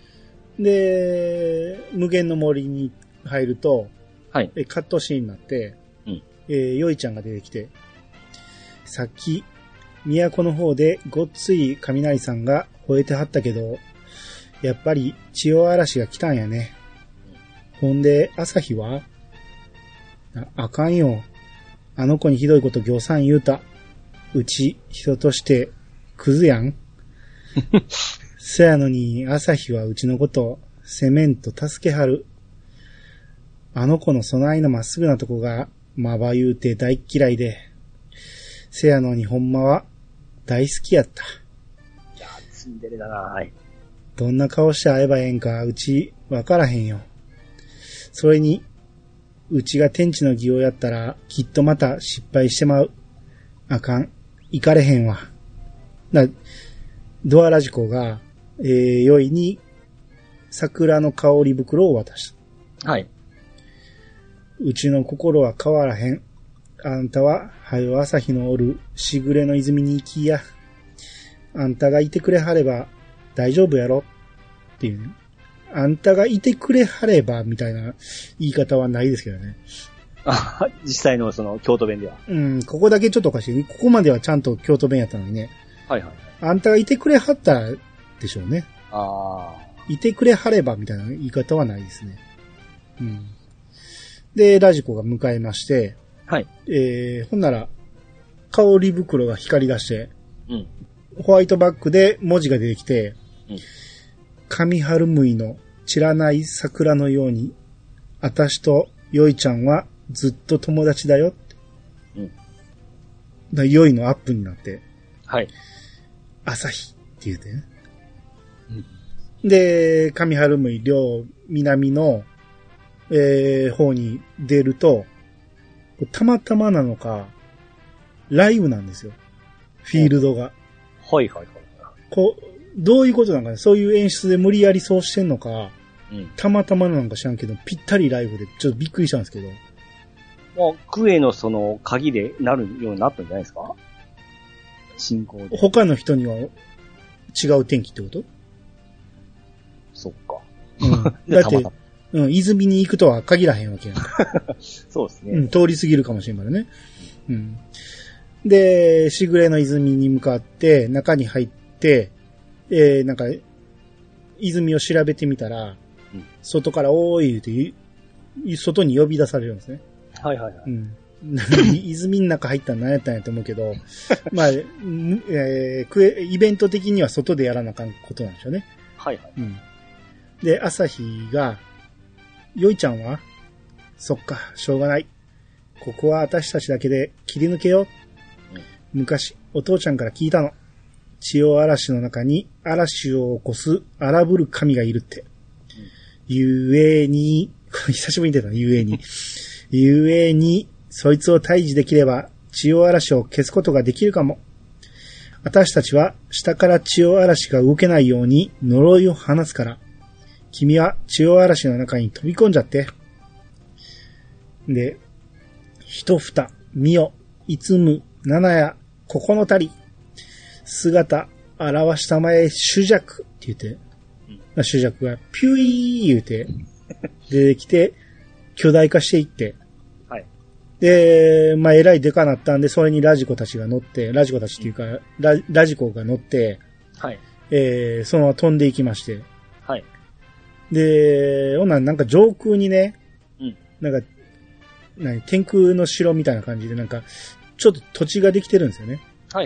[SPEAKER 1] で、無限の森に入ると、はい。カットシーンになって、うん。えー、よいちゃんが出てきて、さっき、都の方でごっつい雷さんが吠えてはったけど、やっぱり千代嵐が来たんやね。ほんで、朝日はあ、あかんよ。あの子にひどいこと行さん言うた。うち、人として、クズやん。そやのに、朝日はうちのこと、せめんと助けはる。あの子の備えのまっすぐなとこが、まば言うて大嫌いで。せやのにほんまは、大好きやった。
[SPEAKER 2] いや、ツンデレだな、はい。
[SPEAKER 1] どんな顔して会えばええんか、うち、わからへんよ。それに、うちが天地の義をやったら、きっとまた失敗してまう。あかん。行かれへんわ。だ、ドアラジコが、えー、よいに、桜の香り袋を渡した。はい。うちの心は変わらへん。あんたは、はよ朝日のおる、しぐれの泉に行きや。あんたがいてくれはれば、大丈夫やろ。っていう、ね。あんたがいてくれはれば、みたいな言い方はないですけどね。
[SPEAKER 2] あ、実際のその京都弁では。
[SPEAKER 1] うん、ここだけちょっとおかしい。ここまではちゃんと京都弁やったのにね。
[SPEAKER 2] はいはい。
[SPEAKER 1] あんたがいてくれはったらでしょうね。
[SPEAKER 2] ああ。
[SPEAKER 1] いてくれはればみたいな言い方はないですね。うん。で、ラジコが迎えまして。はい。えー、ほんなら、香り袋が光り出して。うん。ホワイトバックで文字が出てきて。うん。上春むいの散らない桜のように、あたしとよいちゃんはずっと友達だよって。うん。だよいのアップになって。はい。朝日って言うてね。うん。で、上春むい両南の、えー、方に出ると、たまたまなのか、ライブなんですよ。フィールドが。
[SPEAKER 2] はいはいはい。
[SPEAKER 1] こう、どういうことなんかね、そういう演出で無理やりそうしてんのか、うん、たまたまなのか知らんけど、ぴったりライブでちょっとびっくりしたんですけど。
[SPEAKER 2] もう、クエのその鍵でなるようになったんじゃないですか？進行で。
[SPEAKER 1] 他の人には違う天気ってこと？
[SPEAKER 2] そっか。
[SPEAKER 1] うん、だって、うん、泉に行くとは限らへんわけやん
[SPEAKER 2] か。そうですね。
[SPEAKER 1] うん、通り過ぎるかもしれんからね。うん。で、しぐれの泉に向かって中に入って、えー、なんか、泉を調べてみたら、うん、外からおーい言うて、外に呼び出されるんですね。
[SPEAKER 2] はいはいはい。うん。
[SPEAKER 1] 泉の中入ったら何やったんやと思うけど、まあ、えー、イベント的には外でやらなあかんことなんでしょうね。
[SPEAKER 2] はいはい。うん。
[SPEAKER 1] で、朝日が、よいちゃんはそっか、しょうがない。ここは私たちだけで切り抜けよう。うん、昔、お父ちゃんから聞いたの。千代嵐の中に嵐を起こす荒ぶる神がいるって。うん、ゆえに、久しぶりに出たの、ゆえに。ゆえに、そいつを退治できれば、千代嵐を消すことができるかも。私たちは、下から千代嵐が動けないように呪いを放つから、君は千代嵐の中に飛び込んじゃって。で、一蓋、みよ、いつむ、七や、ここのたり。姿、表したまえ、主弱って言って、うん、主弱がピュイー言うて、出てきて、巨大化していって、はい。で、まあ、えらいデカなったんで、それにラジコたちが乗って、ラジコたちっていうか、ラ, ラジコが乗って、はい。えー、そのまま飛んでいきまして、はい。で、ほんななんか上空にね、うん。なんか、何、天空の城みたいな感じで、なんか、ちょっと土地ができてるんですよね。
[SPEAKER 2] はいはいはい。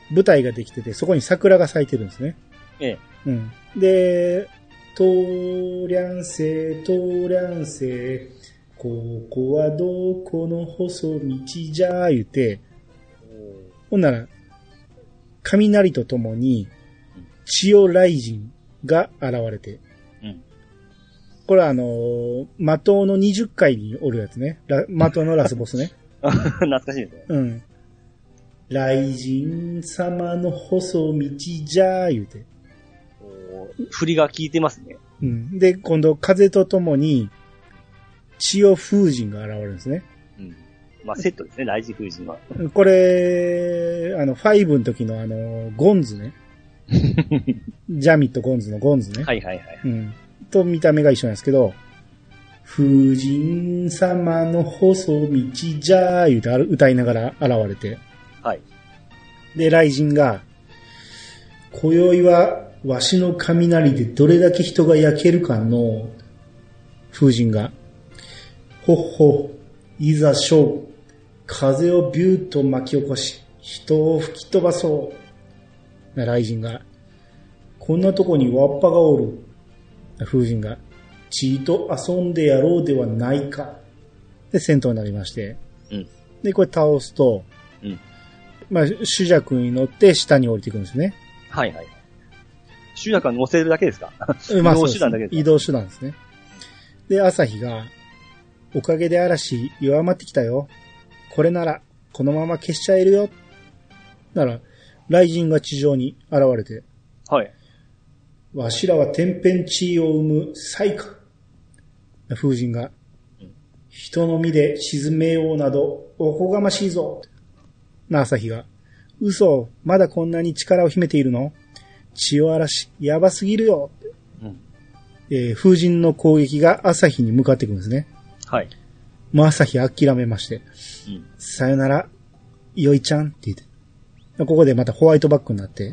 [SPEAKER 1] 舞台ができてて、そこに桜が咲いてるんですね。
[SPEAKER 2] ええ。
[SPEAKER 1] うん。で、とりゃんせ、とりゃんせ、ここはどこの細道じゃ、言うて、ほんなら、雷とともに、千代雷神が現れて、うん、これはあのー、魔党のにじゅっかいにおるやつね。魔党のラスボスね。
[SPEAKER 2] 懐かしいですね。
[SPEAKER 1] うん。雷神様の細道じゃー言うて。
[SPEAKER 2] 振りが効いてますね。
[SPEAKER 1] うん。で、今度風とともに、千代風神が現れるんですね。
[SPEAKER 2] うん。まあセットですね、雷神風神は。
[SPEAKER 1] これ、あの、ファイブの時のあの、ゴンズね。ジャミット・ゴンズのゴンズね。
[SPEAKER 2] はいはいはい。
[SPEAKER 1] うん。と見た目が一緒なんですけど、風神様の細道じゃー言うて歌いながら現れて。
[SPEAKER 2] はい。
[SPEAKER 1] で、雷神が、今宵はわしの雷でどれだけ人が焼けるかの、風神が、ほっほ、いざしょう、風をビューッと巻き起こし、人を吹き飛ばそう。雷神が、こんなとこにわっぱがおる。風神が、ちいと遊んでやろうではないか。で、戦闘になりまして。うん、で、これ倒すと、うん、まあ、主弱に乗って下に降りていくんですね。
[SPEAKER 2] はいはい。主弱は乗せるだけですか？まあ、移動手段だけですか？
[SPEAKER 1] 移動手段ですね。で、朝日が、おかげで嵐弱まってきたよ。これなら、このまま消しちゃえるよ。なら、雷神が地上に現れて。
[SPEAKER 2] はい。
[SPEAKER 1] わしらは天変地異を生む才か。風神が、うん、人の身で沈めようなど、おこがましいぞ。な、朝日が、嘘、まだこんなに力を秘めているの？血を嵐、やばすぎるよ。うんえー、風神の攻撃が朝日に向かってくるんですね。
[SPEAKER 2] はい。
[SPEAKER 1] もう朝日諦めまして。うん、さよなら、よいちゃんって言って。ここでまたホワイトバックになって、うん、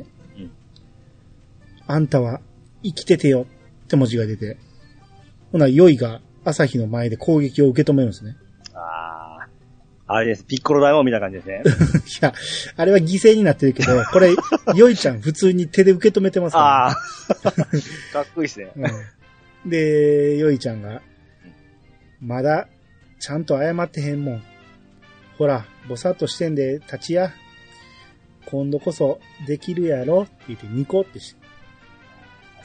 [SPEAKER 1] あんたは生きててよって文字が出て、ほな、よいが朝日の前で攻撃を受け止めるんですね。
[SPEAKER 2] ああ、あれです。ピッコロ大魔王みたいな感じですね。
[SPEAKER 1] いや、あれは犠牲になってるけど、これ、よいちゃん普通に手で受け止めてますから、ね。あ
[SPEAKER 2] あ。かっこいいですね。
[SPEAKER 1] うん、で、よいちゃんが、まだ、ちゃんと謝ってへんもん。ほら、ぼさっとしてんで立ちや。今度こそできるやろって言ってニコってして。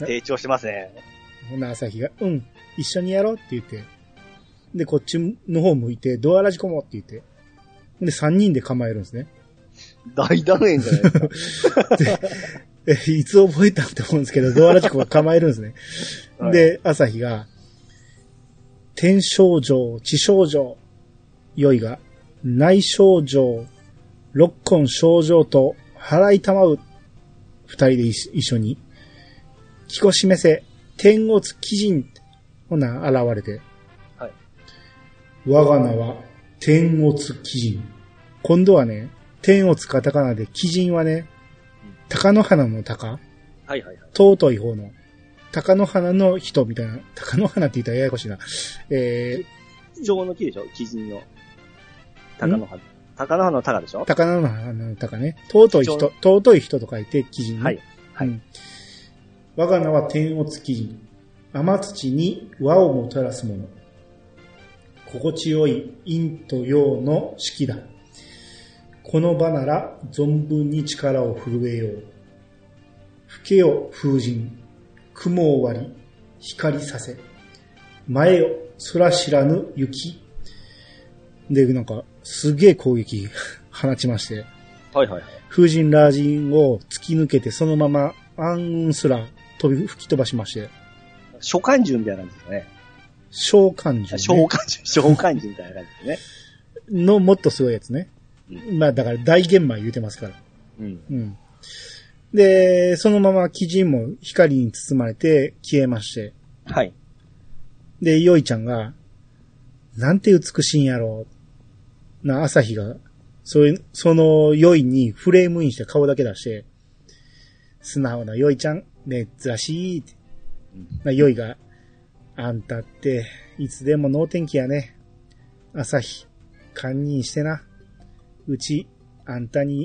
[SPEAKER 2] 成長してますね。
[SPEAKER 1] ほな、朝日が、うん、一緒にやろうって言って。で、こっちの方向いて、ドアラジコモって言って。で、三人で構えるんですね。
[SPEAKER 2] 大団円じゃないですか。
[SPEAKER 1] でいつ覚えたんって思うんですけど、ドアラジコが構えるんですね。はい、で、朝日が、天症状、地症状、よいが、内症状、六根症状と払いたまう。二人で一緒に。気こしめせ、天乙鬼人。ほな、現れて。はい。我が名は、天乙鬼人。今度はね、天乙カタカナで、鬼人はね、鷹の花の鷹。はい
[SPEAKER 2] はいはい。
[SPEAKER 1] 尊い方の。鷹の花の人みたいな。鷹の花って言ったらややこしいな。え
[SPEAKER 2] ー。貴重の木でしょ？鬼人の。鷹の花。鷹の花の鷹でしょ？
[SPEAKER 1] 鷹の花の鷹ね。尊い人、尊い人と書いて、鬼人、ね。はい。はい。うん、我が名は天乙鬼人。天土に和をもたらすもの。心地よい陰と陽の式だ。この場なら存分に力を震えよう。吹けよ風神。雲を割り、光させ。前よ空知らぬ雪。で、なんか、すげえ攻撃放ちまして。
[SPEAKER 2] はいはいはい。
[SPEAKER 1] 風神ラージンを突き抜けて、そのまま暗雲すら飛び、吹き飛ばしまして。
[SPEAKER 2] 召喚獣みたいな感じですね。
[SPEAKER 1] 召喚獣、ね。
[SPEAKER 2] 召喚獣、召喚獣みたいな感じです
[SPEAKER 1] ね。のもっとすごいやつね。うん、まあだから大玄米言うてますから。うん。うん。で、そのまま鬼人も光に包まれて消えまして。
[SPEAKER 2] はい。
[SPEAKER 1] で、よいちゃんが、なんて美しいんやろう。な、朝日が、そういう、そのよいにフレームインして顔だけ出して、素直なよいちゃん、珍しいって。うん、よいが、あんたって、いつでも能天気やね。朝日、堪忍してな。うち、あんたに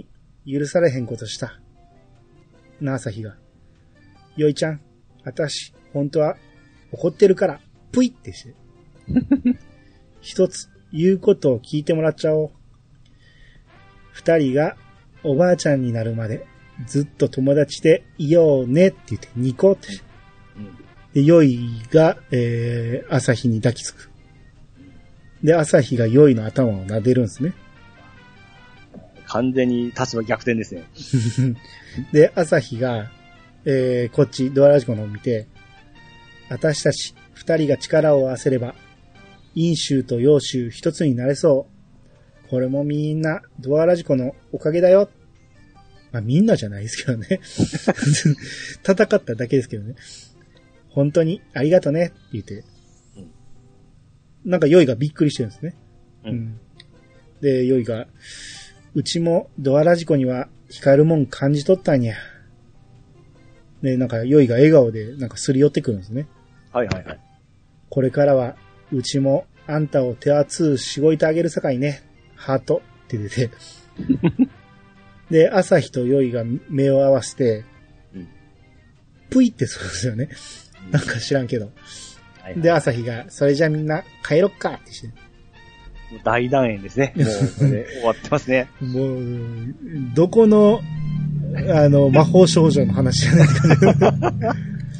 [SPEAKER 1] 許されへんことした。な、朝日が。よいちゃん、あたし、本当は怒ってるから、ぷいってして。一つ、言うことを聞いてもらっちゃおう。二人がおばあちゃんになるまで、ずっと友達でいようねって言って、ニコって。で、よいが、えー、朝日に抱きつく。で、朝日がよいの頭を撫でるんですね。
[SPEAKER 2] 完全に立場逆転ですね。
[SPEAKER 1] で、朝日が、えー、こっち、ドアラジコのを見て、私たち二人が力を合わせれば、陰州と陽州一つになれそう。これもみんな、ドアラジコのおかげだよ。まあみんなじゃないですけどね。戦っただけですけどね。本当にありがとねって言って。うん、なんかヨイがびっくりしてるんですね。うんうん、で、ヨイが、うちもドアラジコには光るもん感じ取ったんや。で、なんかヨイが笑顔でなんかすり寄ってくるんですね。
[SPEAKER 2] はいはいはい。
[SPEAKER 1] これからは、うちもあんたを手厚しごいてあげるさかいね。ハートって出て。で、朝日とヨイが目を合わせて、うん、ぷいってそうですよね。うん、なんか知らんけど。はいはい、で、朝日が、それじゃみんな帰ろっかってして。
[SPEAKER 2] もう大団円ですね。もう、これで終わってますね。
[SPEAKER 1] もう、どこの、あの、魔法少女の話じゃないかね。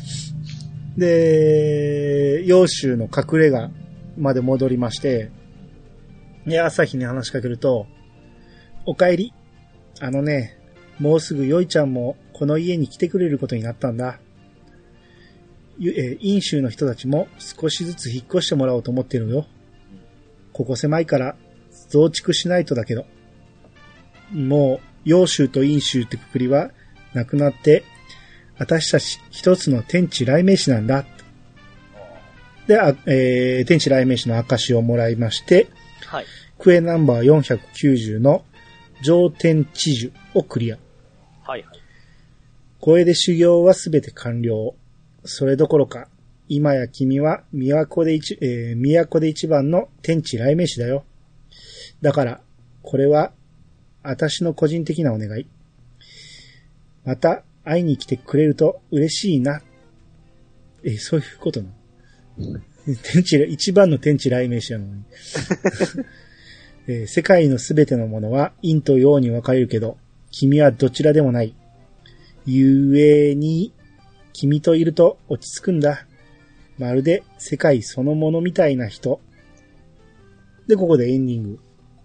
[SPEAKER 1] で、陽州の隠れ家まで戻りまして、で、朝日に話しかけると、お帰り。あのね、もうすぐよいちゃんもこの家に来てくれることになったんだ。え、陰州の人たちも少しずつ引っ越してもらおうと思ってるよ。ここ狭いから増築しないとだけど。もう、陽州と陰州ってくくりはなくなって、私たち一つの天地雷鳴師なんだ。で、あえー、天地雷鳴師の証をもらいまして、はい、クエナンバーよんひゃくきゅうじゅうの上天地樹をクリア。はいはい。これで修行はすべて完了。それどころか、今や君は都で一、えー、都で一番の天地雷鳴師だよ。だから、これは、私の個人的なお願い。また、会いに来てくれると嬉しいな。え、そういうことなの？天地、一番の天地雷鳴師なのに。えー、世界のすべてのものは陰と陽に分かれるけど、君はどちらでもない。ゆえに、君といると落ち着くんだ。まるで世界そのものみたいな人。で、ここでエンディング。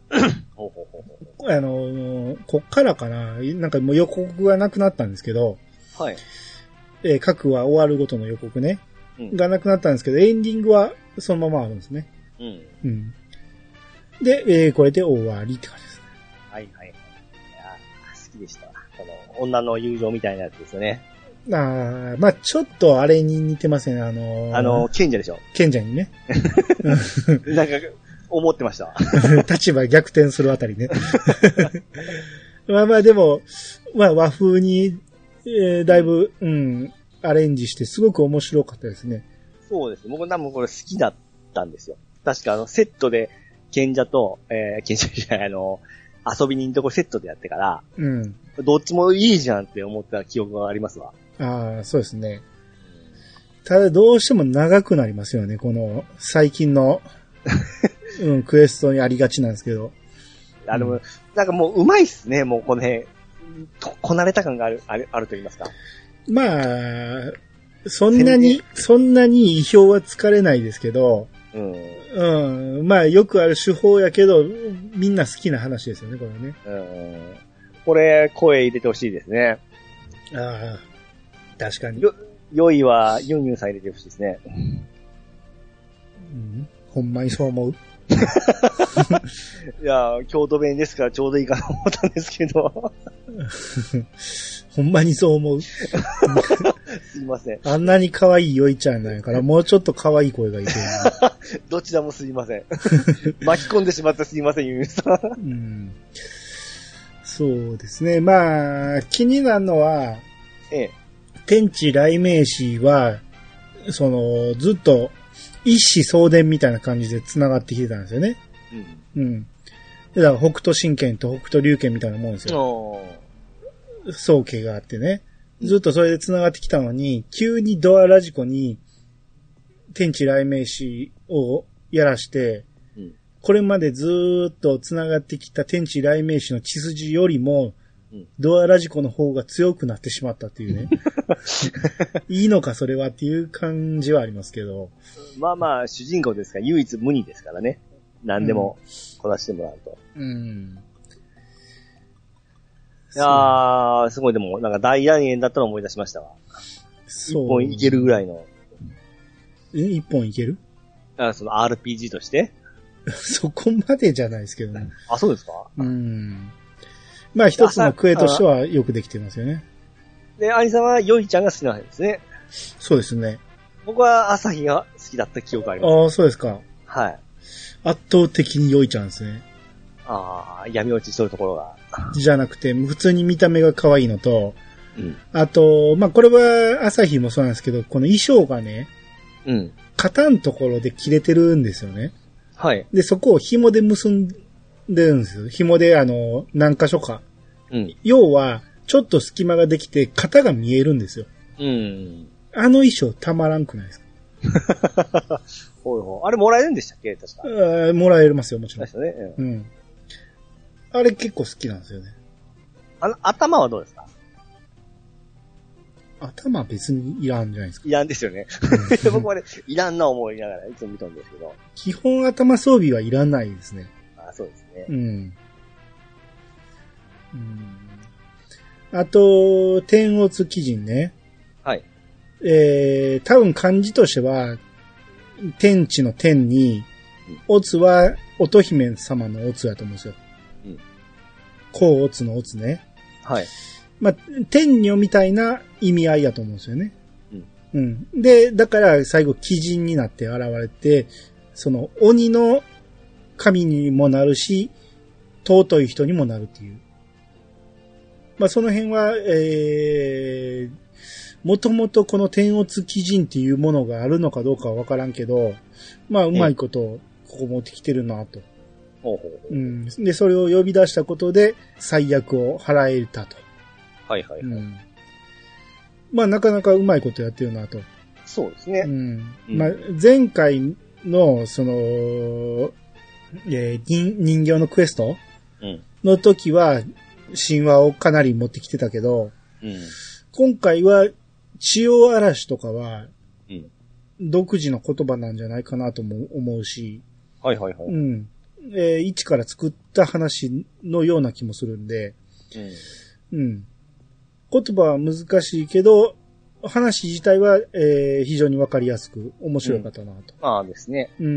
[SPEAKER 1] あのー、こっからかな、なんかもう予告がなくなったんですけど、はい。えー、各話終わるごとの予告ね、うん、がなくなったんですけど、エンディングはそのままあるんですね。うん。うん。で、えー、これで終わりって感じですね。
[SPEAKER 2] はいはい。いや好きでした。この女の友情みたいなやつですよね。
[SPEAKER 1] あまあちょっとあれに似てますね、あのー、
[SPEAKER 2] あのー、賢者でしょ。
[SPEAKER 1] 賢者にね。
[SPEAKER 2] なんか、思ってました。
[SPEAKER 1] 立場逆転するあたりね。まあまあでも、まあ和風に、えー、だいぶ、うん、アレンジしてすごく面白かったですね。
[SPEAKER 2] そうです。僕多分これ好きだったんですよ。確かあのセットで賢者と、えー、賢者じゃない、あの、遊び人とこセットでやってから、うん。どっちもいいじゃんって思った記憶がありますわ。
[SPEAKER 1] ああ、そうですね。ただどうしても長くなりますよね、この最近の。うん、クエストにありがちなんですけど。
[SPEAKER 2] あの、うん、なんかもう上手いっすね、もうこの辺。と、こなれた感がある、ある、あると言いますか。
[SPEAKER 1] まあ、そんなに、そんなに意表はつかれないですけど、うん。うん。まあ、よくある手法やけど、みんな好きな話ですよね、これね。うん。
[SPEAKER 2] これ、声入れてほしいですね。
[SPEAKER 1] ああ、確かに。
[SPEAKER 2] よ、良いは、ユンユンさん入れてほしいですね。
[SPEAKER 1] うんほんまにそう思う
[SPEAKER 2] いや、京都弁ですからちょうどいいかなと思ったんですけど。
[SPEAKER 1] ほんまにそう思うす
[SPEAKER 2] いません。
[SPEAKER 1] あんなに可愛いよいちゃんなんやから、もうちょっと可愛い声がいてる
[SPEAKER 2] どちらもすいません。巻き込んでしまってすいません、ゆうさん。うん。
[SPEAKER 1] そうですね。まあ、気になるのは、ええ、天地雷鳴師は、その、ずっと、一子相伝みたいな感じで繋がってきてたんですよね。うん。うん。だから北斗神拳と北斗龍拳みたいなもんですよ。 宗家があってね、ずっとそれで繋がってきたのに、急にドアラジコに天地雷鳴師をやらして、うん、これまでずーっと繋がってきた天地雷鳴師の血筋よりも、うん、ドアラジコの方が強くなってしまったっていうね。いいのかそれはっていう感じはありますけど。
[SPEAKER 2] まあまあ、主人公ですから唯一無二ですからね。何でもこなしてもらうと。うん。うんいやー、すごいでも、なんか大団円だったのを思い出しましたわ。そう。一本いけるぐらいの。
[SPEAKER 1] え、一本いける？
[SPEAKER 2] あ、その アールピージー として
[SPEAKER 1] そこまでじゃないですけどね。
[SPEAKER 2] あ、そうですか？
[SPEAKER 1] うん。まあ一つのクエとしてはよくできてますよね。
[SPEAKER 2] で、アニさんはヨイちゃんが好きなんですね。
[SPEAKER 1] そうですね。
[SPEAKER 2] 僕は朝日が好きだった記憶があります。
[SPEAKER 1] ああ、そうですか。
[SPEAKER 2] はい。
[SPEAKER 1] 圧倒的にヨイちゃんですね。
[SPEAKER 2] ああ、闇落ちしとるところが。
[SPEAKER 1] じゃなくて、普通に見た目が可愛いのと、うん、あと、まあ、これは朝日もそうなんですけど、この衣装がね、うん。肩のところで切れてるんですよね。はい。で、そこを紐で結んでるんですよ。紐で、あの、何箇所か。うん。要は、ちょっと隙間ができて、肩が見えるんですよ。うん。あの衣装たまらんくないですか？
[SPEAKER 2] ほいほい。あれもらえるんでしたっけ確か。
[SPEAKER 1] あもらえますよ、もちろん。
[SPEAKER 2] ですね。うん。うん
[SPEAKER 1] あれ結構好きなんですよね。
[SPEAKER 2] あの、頭はどうですか？
[SPEAKER 1] 頭別にいらんじゃないですか。
[SPEAKER 2] いらんですよね。僕はね、いらんな思いながらいつも見たんですけど。
[SPEAKER 1] 基本頭装備はいらないですね。
[SPEAKER 2] あ、そうですね。
[SPEAKER 1] うん。うん、あと、天乙鬼人ね。はい。えー、多分漢字としては、天地の天に、乙つは乙姫様の乙やと思うんですよ。甲乙の乙ね。はい。まあ、天女みたいな意味合いやと思うんですよね。うん。うん。で、だから最後、鬼人になって現れて、その鬼の神にもなるし、尊い人にもなるっていう。まあ、その辺は、えー、もともとこの天乙鬼人っていうものがあるのかどうかはわからんけど、まあ、うまいこと、ここ持ってきてるなと。ほうほううん。で、それを呼び出したことで、最悪を払えたと。はいはいはい。うん、まあ、なかなかうまいことやってるなと。
[SPEAKER 2] そうですね。
[SPEAKER 1] うん。うん、まあ、前回の、その、えー、人、人形のクエストの時は、神話をかなり持ってきてたけど、うん、今回は、血を嵐とかは、うん、独自の言葉なんじゃないかなとも思うし、はいはいはい。うん。えー、一から作った話のような気もするんで、うん。うん。言葉は難しいけど、話自体は、えー、非常にわかりやすく面白かったなと。
[SPEAKER 2] うん、ああですね。
[SPEAKER 1] うん。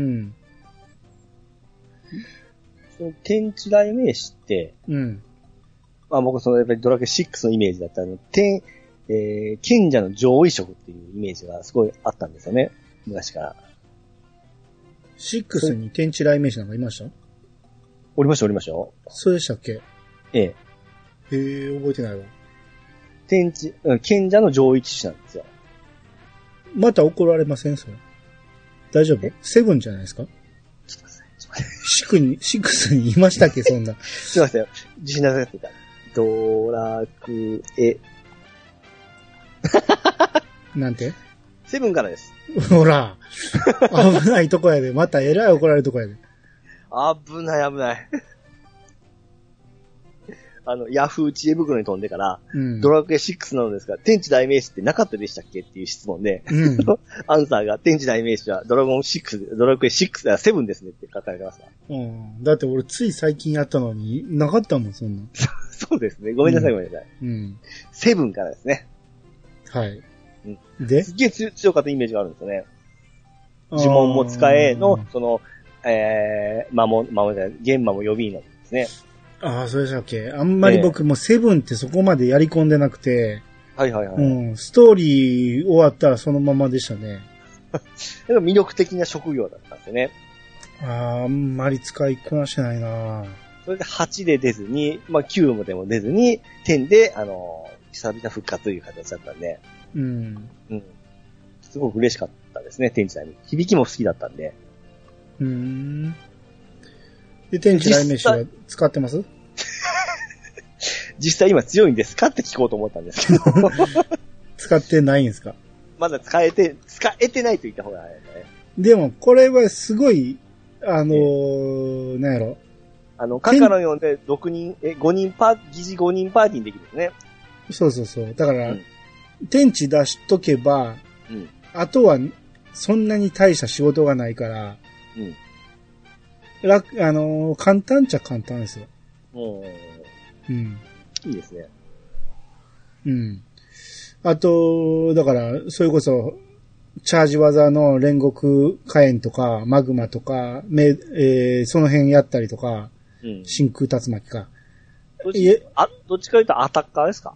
[SPEAKER 2] その天地雷鳴師って、うん。まあ僕そのやっぱりドラクエシックスのイメージだったの、天、えー、賢者の上位職っていうイメージがすごいあったんですよね。昔から。
[SPEAKER 1] シックスに天地雷鳴師なんかいました？
[SPEAKER 2] おりましたおりましたよ。
[SPEAKER 1] そうでしたっけ？
[SPEAKER 2] ええ。
[SPEAKER 1] へえ、覚えてないわ。
[SPEAKER 2] 天地、うん、賢者の上位騎士なんですよ。
[SPEAKER 1] また怒られませんそれ。大丈夫？セブンじゃないですか？
[SPEAKER 2] ちょっと待って、ちょっと待って。
[SPEAKER 1] シクに、シックスにいましたっけそんな。
[SPEAKER 2] すいません。自信なさってた。ドラクエ。
[SPEAKER 1] なんて？
[SPEAKER 2] セブンからです。
[SPEAKER 1] ほら。危ないとこやで。またえらい怒られるとこやで。
[SPEAKER 2] 危ない危ない。あの、ヤフー知恵袋に飛んでから、うん、ドラクエシックスなのですが、天地代名詞ってなかったでしたっけっていう質問で、うん、アンサーが天地代名詞はドラゴンシックス、ドラクエシックス、セブンですねって書かれてますか
[SPEAKER 1] ら。うん。だって俺つい最近やったのに、なかったもん、そんな。
[SPEAKER 2] そうですね。ごめんなさい、うん、ごめんなさい。うん。セブンからですね。
[SPEAKER 1] はい。
[SPEAKER 2] うん、で、すっげえ強かったイメージがあるんですよね。呪文も使えの、その、えー、魔も、魔もじゃない、玄魔も予備員なんですね。
[SPEAKER 1] ああ、それでしたっけ。あんまり僕もセブンってそこまでやり込んでなくて。
[SPEAKER 2] はいはいはい。
[SPEAKER 1] うん。ストーリー終わったらそのままでしたね。
[SPEAKER 2] でも魅力的な職業だったんですよね。
[SPEAKER 1] ああ、あんまり使いこなしてないな。
[SPEAKER 2] それではちで出ずに、まあきゅうでも出ずに、じゅうで、あの、久々復活という形だったんで。うん。うん。すごく嬉しかったですね、天地代に。響きも好きだったんで。
[SPEAKER 1] うーん。で、天地雷鳴師は使ってます？
[SPEAKER 2] 実際今強いんですかって聞こうと思ったんですけど。
[SPEAKER 1] 使ってないんですか？
[SPEAKER 2] まだ使えて、使えてないと言った方がいいね。
[SPEAKER 1] でも、これはすごい、あのー、なんやろ。
[SPEAKER 2] あの、カカロン読んでろくにん、え、ごにんパー、疑似ごにんパーティーにできるんですね。
[SPEAKER 1] そうそうそう。だから、
[SPEAKER 2] うん、
[SPEAKER 1] 天地出しとけば、うん、あとは、そんなに大した仕事がないから、うん、楽、あのー、簡単っちゃ簡単ですよ。うん。
[SPEAKER 2] いいですね。
[SPEAKER 1] うん。あと、だから、それこそ、チャージ技の煉獄火炎とか、マグマとか、めえー、その辺やったりとか、うん、真空竜巻か。
[SPEAKER 2] どっち、あ、どっちか言うとアタッカーですか？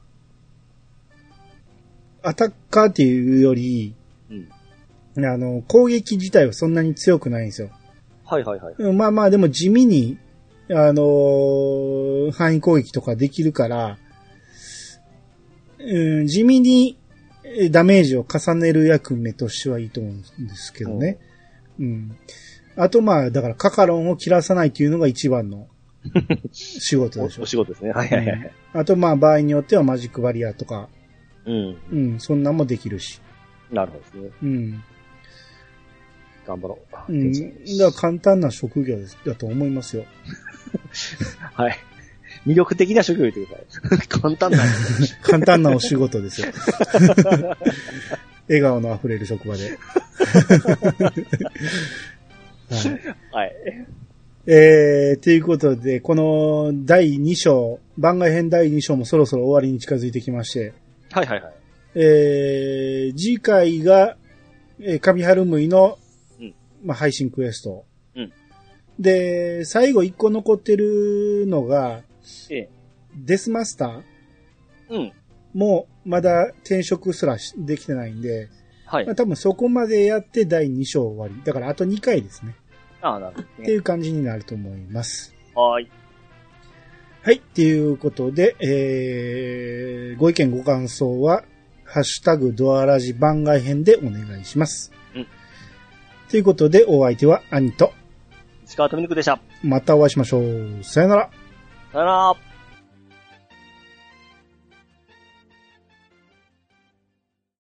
[SPEAKER 1] アタッカーっていうより、うん、あの、攻撃自体はそんなに強くないんですよ。
[SPEAKER 2] はいはいはい。
[SPEAKER 1] まあまあ、でも地味に、あのー、範囲攻撃とかできるから、うん、地味にダメージを重ねる役目としてはいいと思うんですけどね。うん。うん、あとまあ、だからカカロンを切らさないというのが一番の仕事でしょ。
[SPEAKER 2] お, お仕事ですね。はいはいはい。
[SPEAKER 1] うん、あとまあ、場合によってはマジックバリアとか、
[SPEAKER 2] うん。
[SPEAKER 1] うん、そんなんもできるし。
[SPEAKER 2] なるほどですね。
[SPEAKER 1] うん。
[SPEAKER 2] 頑張ろう。
[SPEAKER 1] うん。だから簡単な職業ですだと思いますよ。
[SPEAKER 2] はい。魅力的な職業言ってください。簡単な。
[SPEAKER 1] 簡単なお仕事ですよ。笑顔の溢れる職場で。
[SPEAKER 2] はい。はい。
[SPEAKER 1] えー、ということで、このだいに章、番外編だいに章もそろそろ終わりに近づいてきまして。
[SPEAKER 2] はいはいはい。
[SPEAKER 1] えー、次回が、えー、上春むいの、うん、まあ、配信クエスト。うん。で、最後一個残ってるのが、ええ、デスマスター。うん。もう、まだ転職すらできてないんで、はい。まあ、多分そこまでやってだいに章終わり。だからあとにかいですね。
[SPEAKER 2] ああ、なるほど、ね。
[SPEAKER 1] っていう感じになると思います。
[SPEAKER 2] はい。
[SPEAKER 1] はい。っていうことで、えー、ご意見ご感想は、ハッシュタグドアラジ番外編でお願いします。うん。ということで、お相手は兄と、
[SPEAKER 2] 石川とみぬくでした。
[SPEAKER 1] またお会いしましょう。さよなら。
[SPEAKER 2] さよなら。